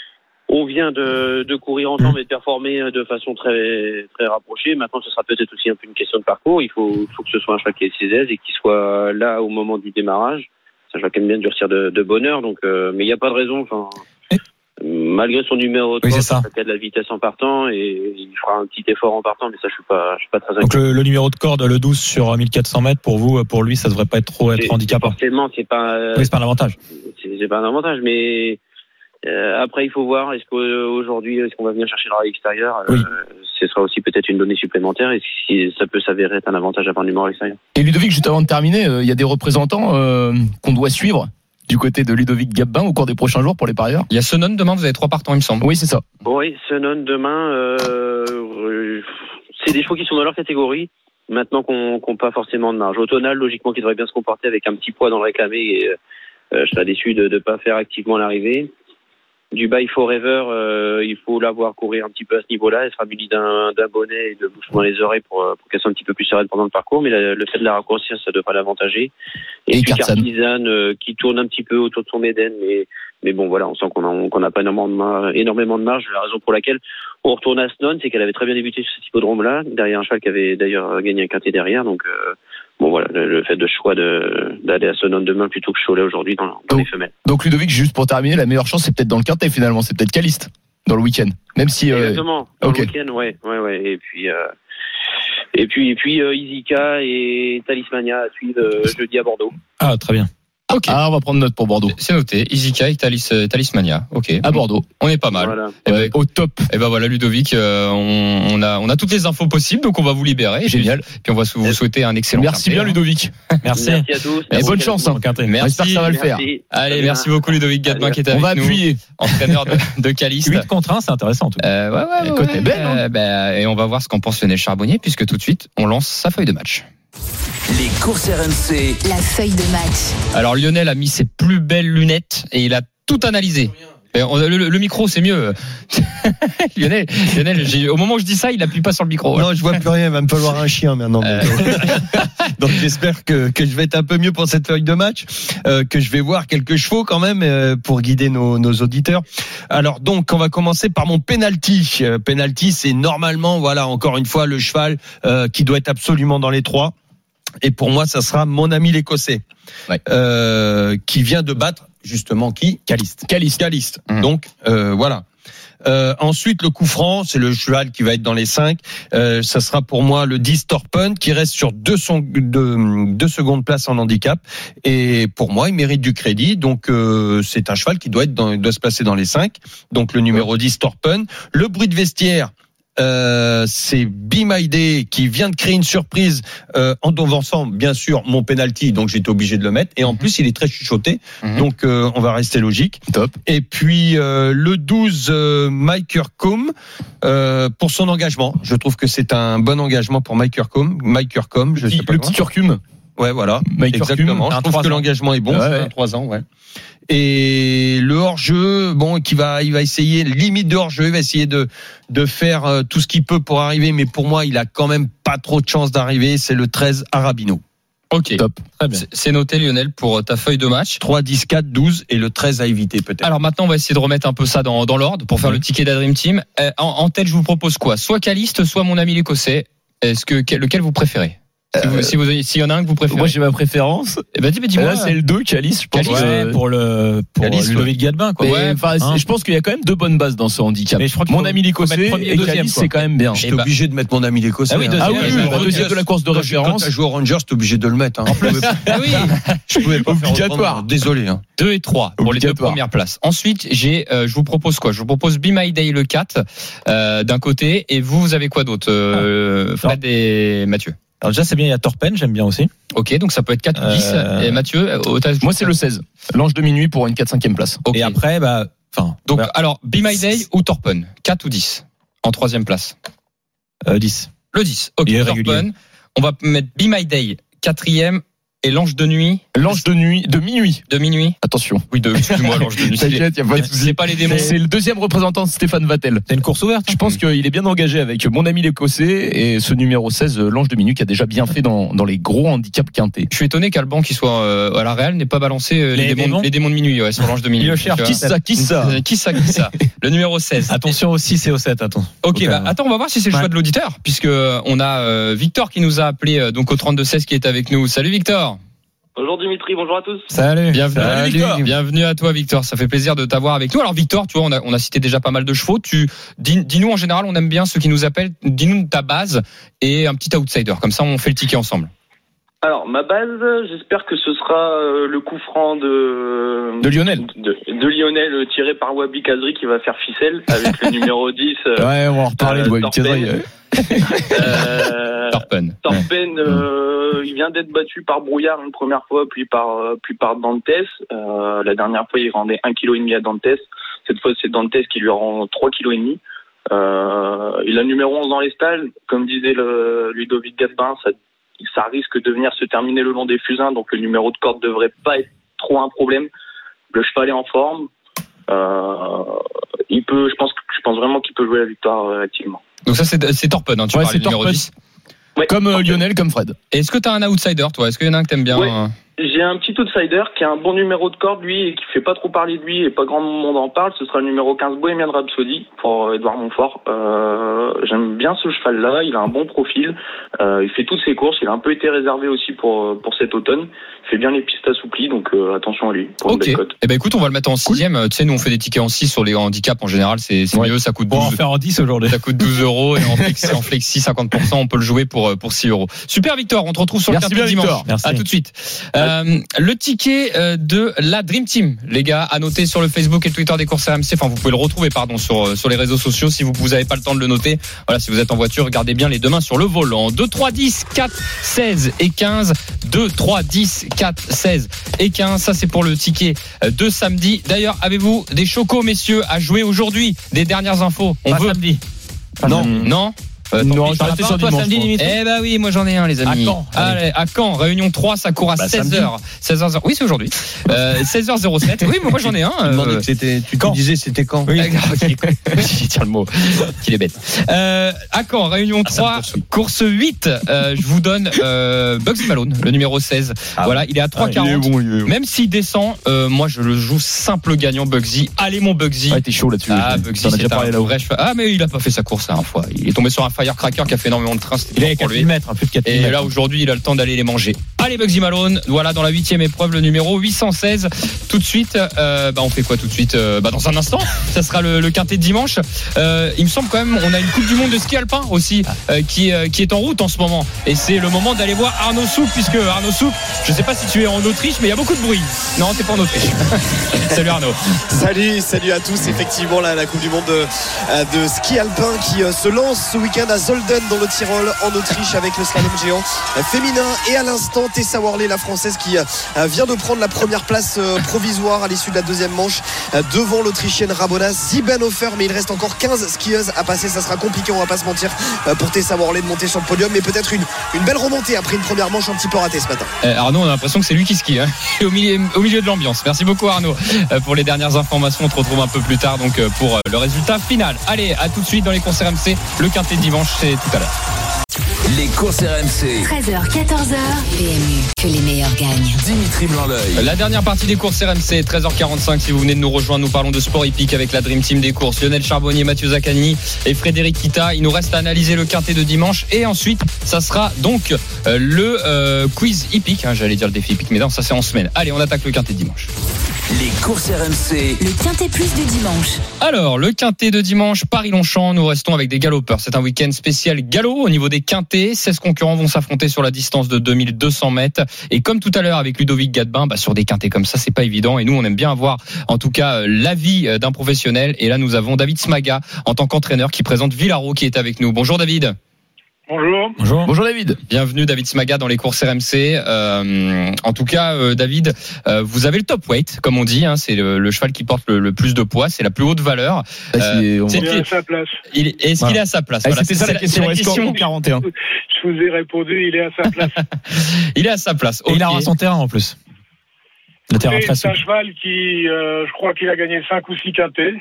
S9: courir ensemble et de performer de façon très très rapprochée. Maintenant, ce sera peut-être aussi un peu une question de parcours. Il faut que ce soit un cheval qui ait ses aises et qui soit là au moment du démarrage. C'est un cheval qui aime bien durcir de bonne heure, donc mais il n'y a pas de raison. Enfin, malgré son numéro de corde, il a de la vitesse en partant et il fera un petit effort en partant, mais ça je suis pas très inquiet.
S7: Donc le numéro de corde, le 12 sur 1400 mètres, pour lui, ça devrait pas être handicapant.
S9: Forcément, c'est pas.
S7: Oui, c'est pas un avantage.
S9: C'est pas un avantage, mais après il faut voir. Est-ce qu'on va venir chercher le rail extérieur?
S7: Oui.
S9: Ce sera aussi peut-être une donnée supplémentaire et si ça peut s'avérer être un avantage d'avoir un numéro extérieur.
S6: Et Ludovic, juste avant de terminer, il y a des représentants qu'on doit suivre du côté de Ludovic Gabin au cours des prochains jours pour les parieurs.
S5: Il y a Senon demain, vous avez 3 partants, il me semble.
S6: Oui, c'est ça.
S9: Oui, Senon demain, c'est des chevaux qui sont dans leur catégorie. Maintenant qu'on n'a pas forcément de marge. Autonal, logiquement, qui devrait bien se comporter avec un petit poids dans le réclamé et je serais déçu de ne pas faire activement l'arrivée. Du By Forever, il faut la voir courir un petit peu à ce niveau-là. Elle sera munie d'un bonnet et de bouchons dans les oreilles pour qu'elle soit un petit peu plus sereine pendant le parcours. Mais le fait de la raccourcir, ça devrait l'avantager. Et puis Cartizan qui tourne un petit peu autour de son Méden. Mais bon, voilà, on sent qu'on n'a pas énormément de marge. La raison pour laquelle on retourne à Snon, c'est qu'elle avait très bien débuté sur cet hippodrome-là, derrière un cheval qui avait d'ailleurs gagné un quintet derrière. Donc, bon, voilà, le fait de choix d'aller à Sonon demain plutôt que Cholet aujourd'hui dans les femelles. Donc,
S6: Ludovic, juste pour terminer, la meilleure chance, c'est peut-être dans le quintet finalement. C'est peut-être Caliste dans le week-end. Même si.
S9: Exactement. Dans le week-end, ouais. Et puis, Izika et Talismania à suivre jeudi à Bordeaux.
S7: Ah, très bien.
S6: Okay. Ah, on va prendre note pour Bordeaux.
S5: C'est noté. Izika et Talismania. Ok.
S6: À Bordeaux.
S5: On est pas mal.
S6: Voilà. Au top.
S5: Et ben voilà, Ludovic, on a toutes les infos possibles, donc on va vous libérer.
S6: Génial.
S5: Puis on va vous souhaiter un excellent.
S6: Merci bien, Ludovic.
S7: Merci.
S9: Merci à tous.
S6: Et bonne chance.
S5: Merci.
S6: J'espère que ça va le faire.
S5: Allez, merci beaucoup, Ludovic Gadebin qui est avec nous.
S6: On va appuyer.
S5: Entraîneur de Caliste.
S7: 8 contre 1, c'est intéressant.
S5: Ouais.
S6: Côté belle.
S5: Et on va voir ce qu'en pense Lionel Charbonnier, puisque tout de suite, on lance sa feuille de match.
S3: Les courses RMC.
S4: La feuille de match.
S5: Alors Lionel a mis ses plus belles lunettes et il a tout analysé. Le micro, c'est mieux. Lionel, au moment où je dis ça, il n'appuie pas sur le micro.
S1: Non, je vois plus rien. Il va me falloir un chien maintenant. Donc j'espère que je vais être un peu mieux pour cette feuille de match, que je vais voir quelques chevaux quand même pour guider nos auditeurs. Alors donc, on va commencer par mon penalty. Penalty, c'est normalement, voilà, encore une fois, le cheval qui doit être absolument dans les 3. Et pour moi, ça sera mon ami l'Écossais, qui vient de battre justement Caliste. Donc voilà. Ensuite, le coup franc, c'est le cheval qui va être dans les 5. Ça sera pour moi le 10 Torpen qui reste sur 2 secondes place en handicap. Et pour moi, il mérite du crédit. Donc c'est un cheval qui doit se placer dans les 5. Donc le numéro 10 Torpen. Le bruit de vestiaire. c'est Be My Day qui vient de créer une surprise en devançant bien sûr mon penalty, donc j'étais obligé de le mettre. Et en plus, il est très chuchoté, donc on va rester logique.
S6: Top.
S1: Et puis le 12, Mike Kirkcombe pour son engagement. Je trouve que c'est un bon engagement pour Mike Kirkcombe. Je sais pas
S6: le petit curcum.
S1: Ouais, voilà.
S6: Mike
S1: Exactement. Je trouve que l'engagement est bon. C'est 3 ans, ouais. Et le hors-jeu, bon, il va essayer, limite de hors-jeu, il va essayer de faire tout ce qu'il peut pour arriver, mais pour moi, il a quand même pas trop de chance d'arriver. C'est le 13 Arabino.
S5: Ok. Top. Très bien. C'est noté, Lionel, pour ta feuille de match.
S1: 3, 10, 4, 12 et le 13 à éviter, peut-être.
S5: Alors maintenant, on va essayer de remettre un peu ça dans l'ordre pour faire le ticket de la Dream Team. En tête, je vous propose quoi? Soit Caliste, soit mon ami l'Écossais. Lequel vous préférez? S'il y en a un que vous préférez.
S6: Moi, j'ai ma préférence.
S5: Dis-moi.
S6: Là, c'est le 2, Calice, je pense.
S7: Ouais, pour Ludovic Gadbin, quoi.
S6: Ouais, je pense qu'il y a quand même 2 bonnes bases dans ce handicap.
S7: Mais je crois que
S6: mon ami l'Écossais et Calice, c'est quand même bien.
S1: J'étais obligé de mettre mon ami l'Écossais.
S6: Deuxième de la course de référence.
S1: Quand tu joues aux Rangers, t'es obligé de le mettre. En plus, je pouvais pas
S6: obligatoire.
S1: Désolé.
S5: 2 et 3 pour les 2 premières places. Ensuite, je vous propose quoi? Je vous propose Be My Day le 4 d'un côté, et vous avez quoi d'autre, Fred et Mathieu?
S7: Alors déjà, c'est bien, il y a Torpen, j'aime bien aussi.
S5: Ok, donc ça peut être 4 ou 10. Et Mathieu,
S6: moi, c'est le 16. L'Ange de minuit pour une 4-5e place.
S5: Okay.
S7: Et après,
S5: alors, Be My Day ou Torpen? 4 ou 10 en 3e place?
S7: 10.
S5: Le 10. Ok, Torpen. On va mettre Be My Day 4e. Et l'Ange de nuit?
S6: L'Ange de nuit, de minuit.
S5: De minuit?
S6: Attention.
S5: Oui, excuse-moi, l'Ange de nuit.
S6: T'inquiète, y a pas de souci.
S5: C'est pas les démons.
S6: C'est le deuxième représentant de Stéphane Vattel.
S7: C'est une course ouverte.
S6: Je pense qu'il est bien engagé avec mon ami l'Écossais et ce numéro 16, l'Ange de minuit, qui a déjà bien fait dans les gros handicaps quintés.
S5: Je suis étonné qu'Alban, qui soit à la Real, n'ait pas balancé les démons de minuit, sur l'Ange de minuit.
S7: Il le cherche.
S6: Qui ça?
S5: Le numéro 16.
S7: Attention au 6 et au 7, attends.
S5: Ok, attends, on va voir si c'est le choix de l'auditeur, puisque on a Victor qui nous a appelé, donc au 32-16 qui est avec nous. Salut Victor.
S10: Bonjour Dimitri, bonjour à tous.
S7: Salut.
S5: Bienvenue à toi Victor, ça fait plaisir de t'avoir avec nous. Alors Victor, tu vois, on a cité déjà pas mal de chevaux. Dis-nous, en général, on aime bien ceux qui nous appellent, dis-nous ta base et un petit outsider, comme ça on fait le ticket ensemble.
S10: Alors ma base, j'espère que ce sera le coup franc de
S6: Lionel.
S10: De Lionel tiré par Wabi Kazri qui va faire ficelle avec le numéro 10.
S6: Ouais, on va en reparler de Wabi Kazri.
S5: Torpen.
S10: Il vient d'être battu par Brouillard une première fois, puis par Dantes. La dernière fois, il rendait 1,5 kg à Dantes. Cette fois, c'est Dantes qui lui rend 3,5 kg. Il a numéro 11 dans les stalles. Comme disait Ludovic Gadbin, ça risque de venir se terminer le long des fusains, donc le numéro de corde devrait pas être trop un problème. Le cheval est en forme. Je pense vraiment qu'il peut jouer la victoire activement.
S5: Donc ça, c'est Torpen, tu parles du numéro 10.
S10: Ouais,
S6: comme Lionel, comme Fred.
S5: Et est-ce que tu as un outsider, toi? Est-ce qu'il y en a un que t'aimes bien?
S10: Ouais. J'ai un petit outsider qui a un bon numéro de corde, lui, et qui fait pas trop parler de lui, et pas grand monde en parle. Ce sera le numéro 15, Bohemian Rhapsody, pour Edouard Montfort. J'aime bien ce cheval-là, il a un bon profil. Il fait toutes ses courses, il a un peu été réservé aussi pour cet automne. Il fait bien les pistes assouplies, donc attention à lui.
S5: Ok. Eh ben écoute, on va le mettre en 6e. Tu sais, nous on fait des tickets en 6 sur les handicaps en général, c'est mieux, ça coûte 12.
S7: On va en faire en 10 aujourd'hui.
S5: Ça coûte 12 € et en flexi 50%, on peut le jouer pour 6 €. Super Victor, on te retrouve sur le quintet dimanche.
S7: Merci.
S5: À tout de suite. Le ticket de la Dream Team, les gars, à noter sur le Facebook et le Twitter des courses RMC. Enfin, vous pouvez le retrouver, sur les réseaux sociaux si vous n'avez pas le temps de le noter. Voilà, si vous êtes en voiture, regardez bien les deux mains sur le volant. 2, 3, 10, 4, 16 et 15. 2, 3, 10, 4, 16 et 15. Ça, c'est pour le ticket de samedi. D'ailleurs, avez-vous des chocos, messieurs, à jouer aujourd'hui? Des dernières infos?
S7: On veut samedi.
S5: Non.
S6: Non, je restais sur dimanche.
S5: Samedi, eh bah oui, moi j'en ai un, les amis.
S7: À Caen.
S5: Allez, à Caen, réunion 3, ça court à 16h. 16h. Oui, c'est aujourd'hui. 16h07. Oui, mais moi j'en ai un.
S1: Tu disais c'était quand?
S5: Oui. Tiens le mot. Qu'il est bête. À Caen, réunion 3, course 8. Je vous donne Bugsy Malone, le numéro 16. Voilà, il est à 3,40. Même s'il descend, moi je le joue simple gagnant Bugsy. Allez mon Bugsy.
S6: Ah, t'es chaud là-dessus.
S5: Ah, Bugsy, c'est un vrai cheval. Ah, mais il a pas fait sa course la dernière fois. Il est tombé sur un Firecracker qui a fait énormément de trains.
S7: Il avait 4 000 mètres, plus de 4 000 mètres.
S5: Et là, aujourd'hui, il a le temps d'aller les manger. Allez, Bugsy Malone, voilà, dans la 8e épreuve, le numéro 816. Tout de suite, on fait quoi tout de suite? Dans un instant, ça sera le quintet de dimanche. Il me semble quand même, on a une Coupe du Monde de ski alpin aussi, qui est en route en ce moment. Et c'est le moment d'aller voir Arnaud Souk, puisque Arnaud Souk, je sais pas si tu es en Autriche, mais il y a beaucoup de bruit. Non, t'es pas en Autriche. Salut Arnaud.
S11: Salut à tous. Effectivement, la Coupe du Monde de ski alpin qui se lance ce week-end à Zolden dans le Tyrol en Autriche avec le slalom géant féminin. Et à l'instant, Tessa Worley, la française qui vient de prendre la première place provisoire à l'issue de la deuxième manche devant l'Autrichienne Rabona Siebenhofer. Mais il reste encore 15 skieuses à passer. Ça sera compliqué, on va pas se mentir, pour Tessa Worley de monter sur le podium. Mais peut-être une belle remontée après une première manche un petit peu ratée ce matin.
S5: Arnaud, on a l'impression que c'est lui qui skie, hein. au milieu de l'ambiance. Merci beaucoup Arnaud pour les dernières informations. On te retrouve un peu plus tard donc pour le résultat final. Allez, à tout de suite dans les courses RMC. Le quintet de dimanche, c'est tout à l'heure.
S3: Les courses RMC.
S4: 13h, 14h. PMU, que les meilleurs gagnent.
S3: Dimitri Blanc-L'Oeil.
S5: La dernière partie des courses RMC, 13h45. Si vous venez de nous rejoindre, nous parlons de sport hippique avec la Dream Team des courses. Lionel Charbonnier, Mathieu Zaccagni et Frédéric Kita. Il nous reste à analyser le quintet de dimanche. Et ensuite, ça sera donc le quiz hippique. J'allais dire le défi hippique, mais non, ça c'est en semaine. Allez, on attaque le quintet de dimanche.
S3: Les courses RMC.
S4: Le quintet plus du dimanche.
S5: Alors, le quintet de dimanche, Paris-Longchamp. Nous restons avec des galopeurs. C'est un week-end spécial galop au niveau des quintets. 16 concurrents vont s'affronter sur la distance de 2200 mètres. Et comme tout à l'heure avec Ludovic Gadebin, sur des quintets comme ça, c'est pas évident. Et nous, on aime bien avoir, en tout cas, l'avis d'un professionnel. Et là, nous avons David Smaga en tant qu'entraîneur qui présente Villaro qui est avec nous. Bonjour David.
S6: Bonjour David.
S5: Bienvenue David Smaga dans les courses RMC. En tout cas, David, vous avez le top weight, comme on dit. C'est le cheval qui porte le plus de poids. C'est la plus haute valeur.
S12: Il est à sa place.
S5: Est-ce qu'il est à sa place?
S6: Voilà, c'était ça la question. Est-ce qu'on 41?
S12: Je vous ai répondu, il est à sa place.
S5: Il est à sa place. Okay.
S7: Et il aura son terrain en plus. Le terrain très
S12: c'est un cheval qui, je crois qu'il a gagné 5 ou 6 quintets.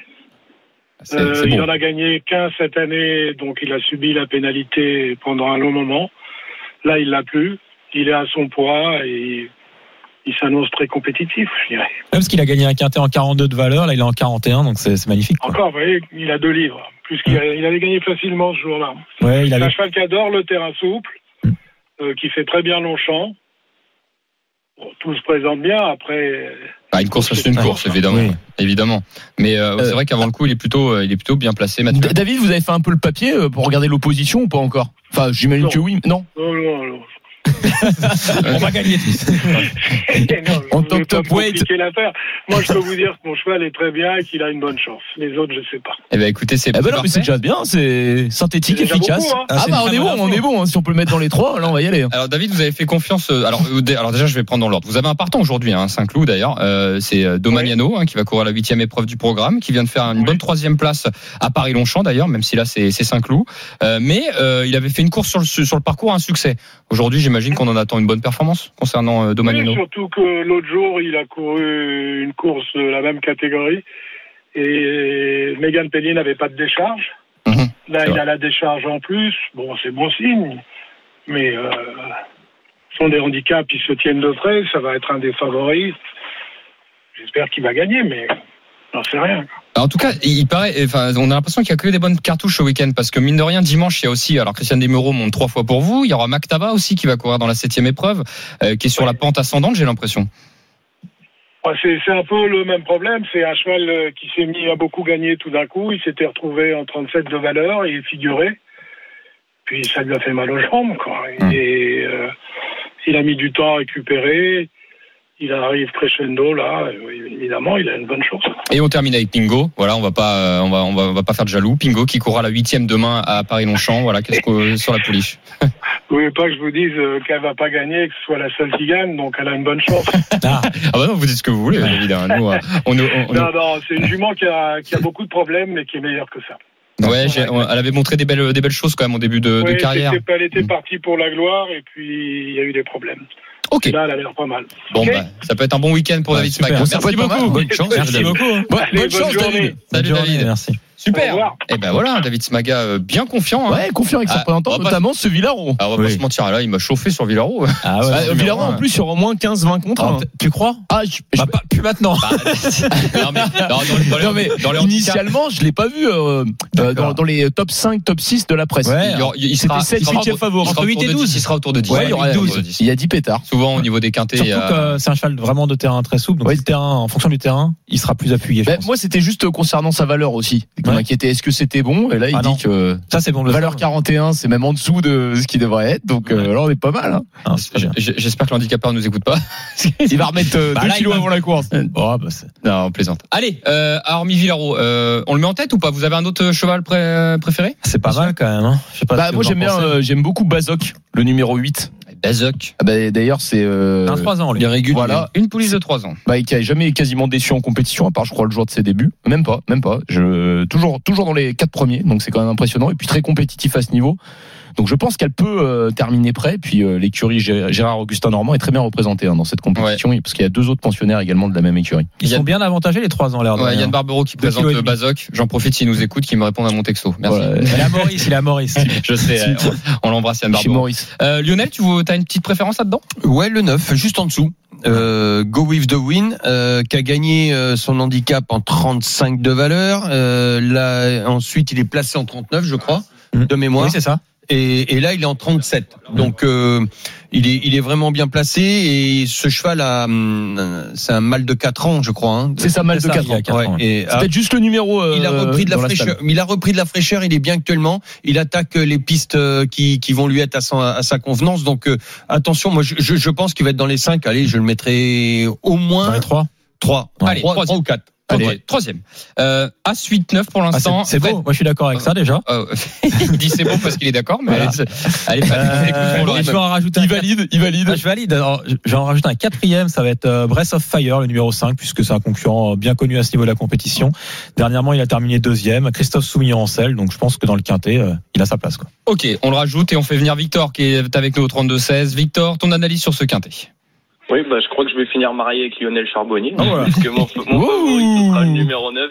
S12: Il en a gagné 15 cette année, donc il a subi la pénalité pendant un long moment. Là, il l'a plus. Il est à son poids et il s'annonce très compétitif, je dirais.
S7: Parce qu'il a gagné un quintet en 42 de valeur, là il est en 41, donc c'est magnifique. Quoi.
S12: Encore, vous voyez, il a 2 livres. Plus qu'il il avait gagné facilement ce jour-là.
S7: Ouais,
S12: c'est un cheval qui adore le terrain souple, qui fait très bien Longchamp. Bon, tout se présente bien, après...
S5: une course reste une course, évidemment. Oui. Évidemment. Mais c'est vrai qu'avant le coup, il est plutôt bien placé. Mathieu.
S6: David, vous avez fait un peu le papier pour regarder l'opposition ou pas encore? Enfin, j'imagine que oui. Non.
S12: Non.
S6: On va gagner tous.
S12: En tant que top weight. Moi, je peux vous dire que mon cheval est très bien et qu'il a une bonne chance. Les autres, je sais pas.
S5: Écoutez, c'est
S6: non, mais c'est déjà bien, c'est synthétique, c'est efficace. Beaucoup, hein. On est bon. Si on peut le mettre dans les 3, là, on va y aller.
S5: Alors, David, vous avez fait confiance. Alors déjà, je vais prendre dans l'ordre. Vous avez un partant aujourd'hui, Saint-Cloud d'ailleurs. C'est Domagnano qui va courir la 8e épreuve du programme, qui vient de faire une bonne 3e place à Paris-Longchamp d'ailleurs, même si là c'est Saint-Cloud. Mais il avait fait une course sur le parcours, un succès. Aujourd'hui, j'imagine qu'on en attend une bonne performance concernant Domagnano.
S12: Oui, surtout que l'autre jour, il a couru une course de la même catégorie et Megan Pellier n'avait pas de décharge. Là, il a la décharge en plus. Bon, c'est bon signe, mais ce sont des handicaps, ils se tiennent de près. Ça va être un des favoris. J'espère qu'il va gagner, mais j'en sais rien.
S5: En tout cas, il paraît, on a l'impression qu'il y a que des bonnes cartouches ce week-end parce que mine de rien, dimanche, il y a aussi, alors Christian Desmureaux monte 3 fois pour vous. Il y aura Mac Tabat aussi qui va courir dans la 7e épreuve, qui est sur la pente ascendante, j'ai l'impression.
S12: C'est un peu le même problème. C'est un cheval qui s'est mis à beaucoup gagner tout d'un coup. Il s'était retrouvé en 37 de valeur et figuré. Puis ça lui a fait mal aux jambes, quoi. Et il a mis du temps à récupérer. Il arrive crescendo là, évidemment, il a une bonne chance.
S5: Et on termine avec Pingo. Voilà, on va pas faire de jaloux. Pingo qui courra la 8e demain à Paris-Longchamp. Voilà, qu'est-ce que sur la pouliche.
S12: Vous voulez pas que je vous dise qu'elle va pas gagner, que ce soit la seule qui gagne, donc elle a une bonne chance.
S5: Non, vous dites ce que vous voulez, évidemment.
S12: Non, c'est une jument qui a beaucoup de problèmes, mais qui est meilleure que ça.
S5: Ouais, elle avait montré des belles choses quand même au début de carrière.
S12: Elle était partie pour la gloire et puis il y a eu des problèmes.
S5: Ok.
S12: Là, elle a l'air pas mal.
S5: Bon, ça peut être un bon week-end pour David Smaga. Merci beaucoup.
S6: Bonne chance.
S5: Merci beaucoup.
S6: Bonne chance, David.
S5: Salut David.
S7: Merci.
S5: Super. Et ben voilà, David Smaga, bien confiant.
S6: Ouais, confiant avec ses représentants, notamment ce Villaro.
S5: On va pas se mentir, là, il m'a chauffé sur Villaro.
S6: Villaro, en plus, sur au moins 15-20 contrats.
S7: Tu crois? Plus maintenant.
S6: Non, mais initialement, je l'ai pas vu dans les top 5, top 6 de la presse.
S5: Il sera
S6: 7, 8e favori.
S5: Entre 8 et 12, il sera autour de 10.
S6: Il y a 10 pétards.
S5: Souvent, au niveau des quintés.
S7: Surtout que c'est un cheval vraiment de terrain très souple. Donc, le terrain, en fonction du terrain, il sera plus appuyé.
S6: Moi, c'était juste concernant sa valeur aussi. Qui m'inquiétait. Est-ce que c'était bon? Et là, il dit que
S7: ça, c'est bon.
S6: Valeur 41, c'est même en dessous de ce qui devrait être. Donc, là, on est pas mal.
S5: J'espère que l'handicapeur nous écoute pas.
S6: Il va remettre 2 kilos avant la course.
S5: Non, on plaisante. Allez, hormis Villaro, on le met en tête ou pas? Vous avez un autre cheval préféré?
S7: C'est pas mal quand même. Je sais pas.
S6: Moi, j'aime beaucoup Bazoc, le numéro 8.
S5: Bazoc.
S6: D'ailleurs, c'est
S7: 3 ans, lui.
S6: Voilà.
S5: Une pouliche de 3 ans.
S6: Qui a jamais quasiment déçu en compétition, à part, je crois, le jour de ses débuts. Même pas. Toujours dans les 4 premiers. Donc, c'est quand même impressionnant. Et puis, très compétitif à ce niveau. Donc je pense qu'elle peut terminer près. Puis l'écurie Gérard Augustin Normand est très bien représentée dans cette compétition, parce qu'il y a 2 autres pensionnaires également de la même écurie.
S7: Ils sont bien avantagés les 3 ans, l'air de rien.
S5: Yann Barbero qui présente le Bazoc. J'en profite s'il nous écoute, qu'il me réponde à mon texto. Merci.
S7: Il est à Maurice.
S5: Je sais. On l'embrasse, Yann Barbero.
S6: Chez Maurice.
S5: Lionel, tu as une petite préférence là-dedans?
S1: Ouais, le 9, juste en dessous. Go With The Wind, qui a gagné son handicap en 35 de valeur. Là, ensuite, il est placé en 39, je crois, de mémoire.
S7: Oui, c'est ça.
S1: Et là, il est en 37. Donc, il est vraiment bien placé. Et ce cheval c'est un mâle de 4 ans, je crois.
S6: C'est ça, mâle de 4 ans.
S1: Et
S6: c'est peut-être juste le numéro.
S1: Il a repris de la fraîcheur. Il a repris de la fraîcheur. Il est bien actuellement. Il attaque les pistes qui vont lui être à sa convenance. Donc, attention. Moi, je pense qu'il va être dans les 5. Allez, je le mettrai au moins
S7: dans les 3.
S1: 3. Allez, 3 ou 4.
S5: Allez, 3e. As 8-9 pour l'instant.
S7: C'est beau. Moi, je suis d'accord avec ça déjà.
S5: Il dit c'est bon parce qu'il est d'accord, mais allez,
S7: je vais en rajouter
S6: il valide.
S7: Je valide. Alors, je vais en rajouter un 4e. Ça va être Breath of Fire, le numéro 5, puisque c'est un concurrent bien connu à ce niveau de la compétition. Dernièrement, il a terminé 2e. Christophe Soumillon-Ancel. Donc, je pense que dans le quintet, il a sa place, quoi.
S5: Ok, on le rajoute et on fait venir Victor qui est avec nous au 32-16. Victor, ton analyse sur ce quintet?
S10: Oui, je crois que je vais finir marié avec Lionel Charbonnier, puisque mon favori sera le numéro 9.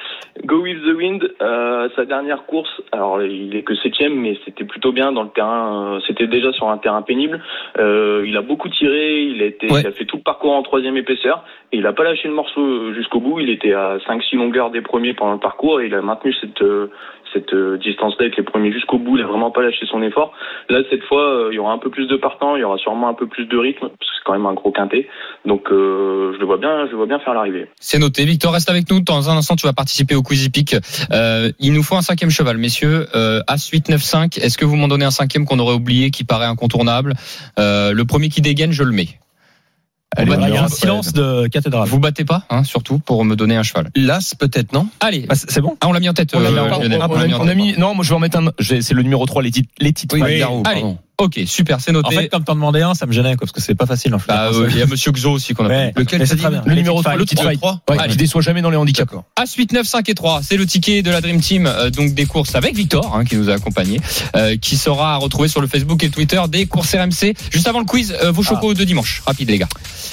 S10: Go With The Wind, sa dernière course, alors il est que 7e, mais c'était plutôt bien dans le terrain, c'était déjà sur un terrain pénible. Il a beaucoup tiré, il a fait tout le parcours en 3e épaisseur, et il a pas lâché le morceau jusqu'au bout. Il était à 5-6 longueurs des premiers pendant le parcours, et il a maintenu cette distance-là avec les premiers jusqu'au bout. Il a vraiment pas lâché son effort. Là, cette fois, il y aura un peu plus de partants, il y aura sûrement un peu plus de rythme, parce que c'est quand même un gros quintet. Donc, je le vois bien faire l'arrivée.
S5: C'est noté. Victor, reste avec nous. Dans un instant, tu vas participer au Quiz Hippique. Il nous faut un 5e cheval, messieurs. As 8, 9, 5. Est-ce que vous m'en donnez un 5e qu'on aurait oublié, qui paraît incontournable? Le premier qui dégaine, je le mets.
S7: Il y a un silence de cathédrale.
S5: Vous battez pas, surtout pour me donner un cheval.
S1: L'As, peut-être, non?
S5: Allez.
S7: C'est bon?
S5: On l'a mis en tête.
S6: On a mis, non, moi je vais en mettre un, c'est le numéro 3, les titres.
S5: Allez. Ok, super, c'est noté.
S7: En fait, comme t'en demandais un, ça me gênait, parce que c'est pas facile.
S5: Il y a Monsieur Xo aussi qu'on a.
S7: Lequel c'est très bien.
S6: Le numéro 3, le titre 3. Qui déçoit jamais dans les handicaps.
S5: As 8, 9, 5 et 3. C'est le ticket de la Dream Team, donc des courses avec Victor, qui nous a accompagnés, qui sera à retrouver sur le Facebook et Twitter des courses RMC. Juste avant le quiz, vos chocos de dimanche. Rapide, les gars.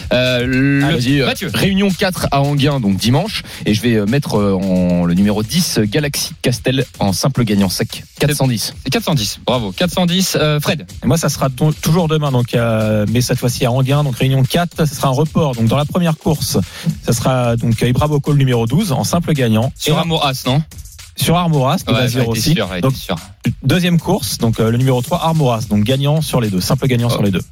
S6: Mathieu. Réunion 4 à Enghien, donc dimanche. Et je vais mettre le numéro 10, Galaxy Castel, en simple gagnant sec. 410.
S5: 410. Bravo. 410. Fred.
S7: Et moi, ça sera toujours demain, donc, mais cette fois-ci à Enghien, donc réunion 4, ce sera un report. Donc dans la première course, ça sera donc Ibra Bocol numéro 12 en simple gagnant.
S5: Sur Armoras, non?
S7: Sur Armoras, aussi. Donc, deuxième course, donc le numéro 3 Armoras, donc gagnant sur les deux, simple gagnant sur les deux.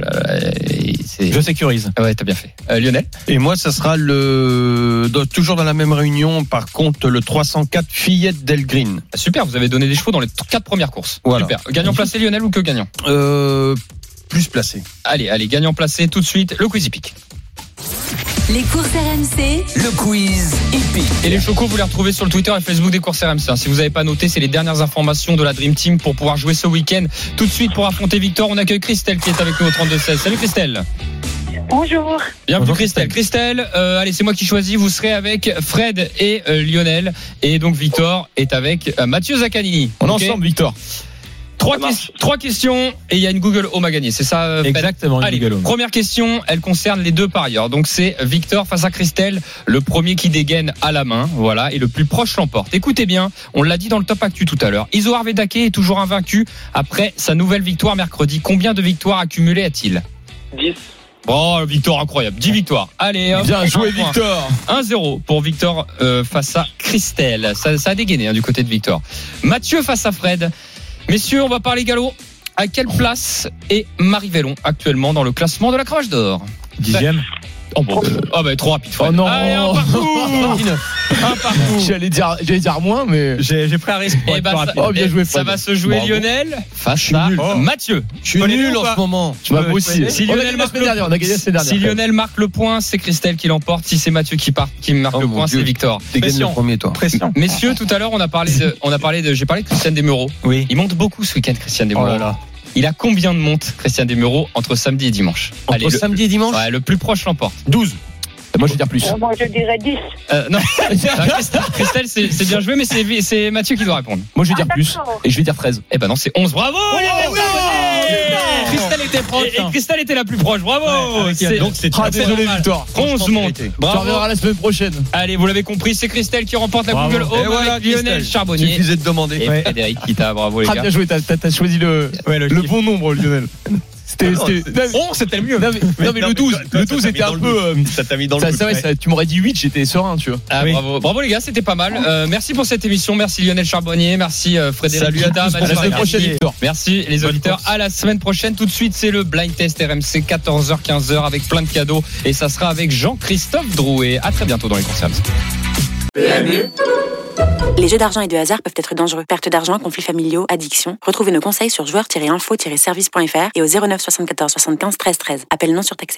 S7: Je sécurise.
S5: Ouais, t'as bien fait. Lionel.
S1: Et moi, ça sera toujours dans la même réunion, par contre, le 304 Fillette Delgreen.
S5: Super, vous avez donné des chevaux dans les 4 premières courses.
S1: Voilà.
S5: Super. Gagnant placé, Lionel, ou que gagnant?
S1: Plus placé.
S5: Allez, gagnant placé tout de suite, le quiz hippique.
S4: Les courses RMC,
S3: le quiz hippique.
S5: Et les chocos, vous les retrouvez sur le Twitter et Facebook des courses RMC. Si vous n'avez pas noté, c'est les dernières informations de la Dream Team pour pouvoir jouer ce week-end. Tout de suite, pour affronter Victor, on accueille Christelle qui est avec nous au 32-16. Salut Christelle.
S13: Bonjour.
S5: Bienvenue Christelle. Christelle, allez, c'est moi qui choisis. Vous serez avec Fred et Lionel. Et donc Victor est avec Mathieu Zaccanini.
S6: On est ensemble, Victor.
S5: Trois questions et il y a une Google Home à gagner, c'est ça?
S7: Exactement.
S5: Allez,
S7: Google Home.
S5: première question, elle concerne les deux parieurs. Donc c'est Victor face à Christelle, le premier qui dégaine à la main, voilà, et le plus proche l'emporte. Écoutez bien, on l'a dit dans le Top Actu tout à l'heure. Iso Arvedake est toujours invaincu après sa nouvelle victoire mercredi. Combien de victoires accumulées a-t-il?
S10: 10.
S5: Oh, victoire incroyable, 10 victoires. Allez, hop,
S6: Bien joué, Victor.
S5: 1-0 pour Victor face à Christelle. Ça a dégainé du côté de Victor. Mathieu face à Fred. Messieurs, on va parler galop. À quelle place est Marie Vellon actuellement dans le classement de la Cravache d'Or?
S7: 10e.
S5: Oh bon, trop rapide. Fred.
S6: Oh non.
S5: Allez, un partout.
S6: J'allais dire moins, mais
S7: J'ai pris un risque.
S6: bien joué,
S5: Ça
S6: Fred.
S5: va se jouer.
S6: Bravo.
S5: Lionel face à Mathieu.
S1: Je suis nul en ce moment.
S6: Moi aussi.
S5: Si
S6: On a
S5: Lionel
S6: gagné la semaine dernière. On a gagné la semaine dernière.
S5: Si Lionel marque le point, c'est Christelle qui l'emporte. Si c'est Mathieu qui marque le point, c'est Victor.
S1: T'es gagné le premier, toi.
S7: Pression.
S5: Messieurs, tout à l'heure, j'ai parlé de Christian Desmureaux.
S7: Oui.
S5: Il monte beaucoup ce week-end, Christian Desmureaux.
S7: Oh là là.
S5: Il a combien de montes, Christian Desmureaux, entre samedi et dimanche?
S1: Entre samedi et dimanche?
S5: Ouais, le plus proche l'emporte.
S6: 12. Moi, je vais dire plus.
S13: Moi, je dirais 10.
S5: Non, Christelle, c'est bien joué, mais c'est Mathieu qui doit répondre.
S6: Moi, je vais dire plus. Et je vais dire 13.
S5: Eh ben non, c'est 11. Bravo! Christelle était proche. Et Christelle était la plus proche. Bravo!
S7: Donc c'est
S6: Désolé, Victor.
S5: 11 montes.
S6: Tu
S5: Bravo.
S6: reviendras la semaine prochaine.
S5: Allez, vous l'avez compris, c'est Christelle qui remporte la
S7: Bravo.
S5: Google Home
S1: Et voilà,
S5: avec Lionel
S1: Christelle.
S5: Charbonnier.
S1: Suffisait de demander.
S5: Et Frédéric Kita, bravo les
S6: Ah,
S5: gars.
S6: bien joué. T'as choisi le bon nombre, Lionel. C'était
S5: 11, c'était le mieux.
S6: Non mais le 12 était un peu
S1: Ça t'a mis dans
S6: ça, tu m'aurais dit 8, j'étais serein, tu vois.
S5: Ah, bravo les gars, c'était pas mal. Merci pour cette émission, merci Lionel Charbonnier, merci Frédéric
S6: Salut à
S5: Kita,
S6: tous, à la semaine prochaine, Victor.
S5: merci les auditeurs, à la semaine prochaine. Tout de suite, c'est le Blind Test RMC 14h-15h avec plein de cadeaux et ça sera avec Jean-Christophe Drouet. À très bientôt dans les courses RMC.
S2: Les jeux d'argent et de hasard peuvent être dangereux. Perte d'argent, conflits familiaux, addiction. Retrouvez nos conseils sur joueurs-info-service.fr et au 09 74 75 13 13. Appel non surtaxé.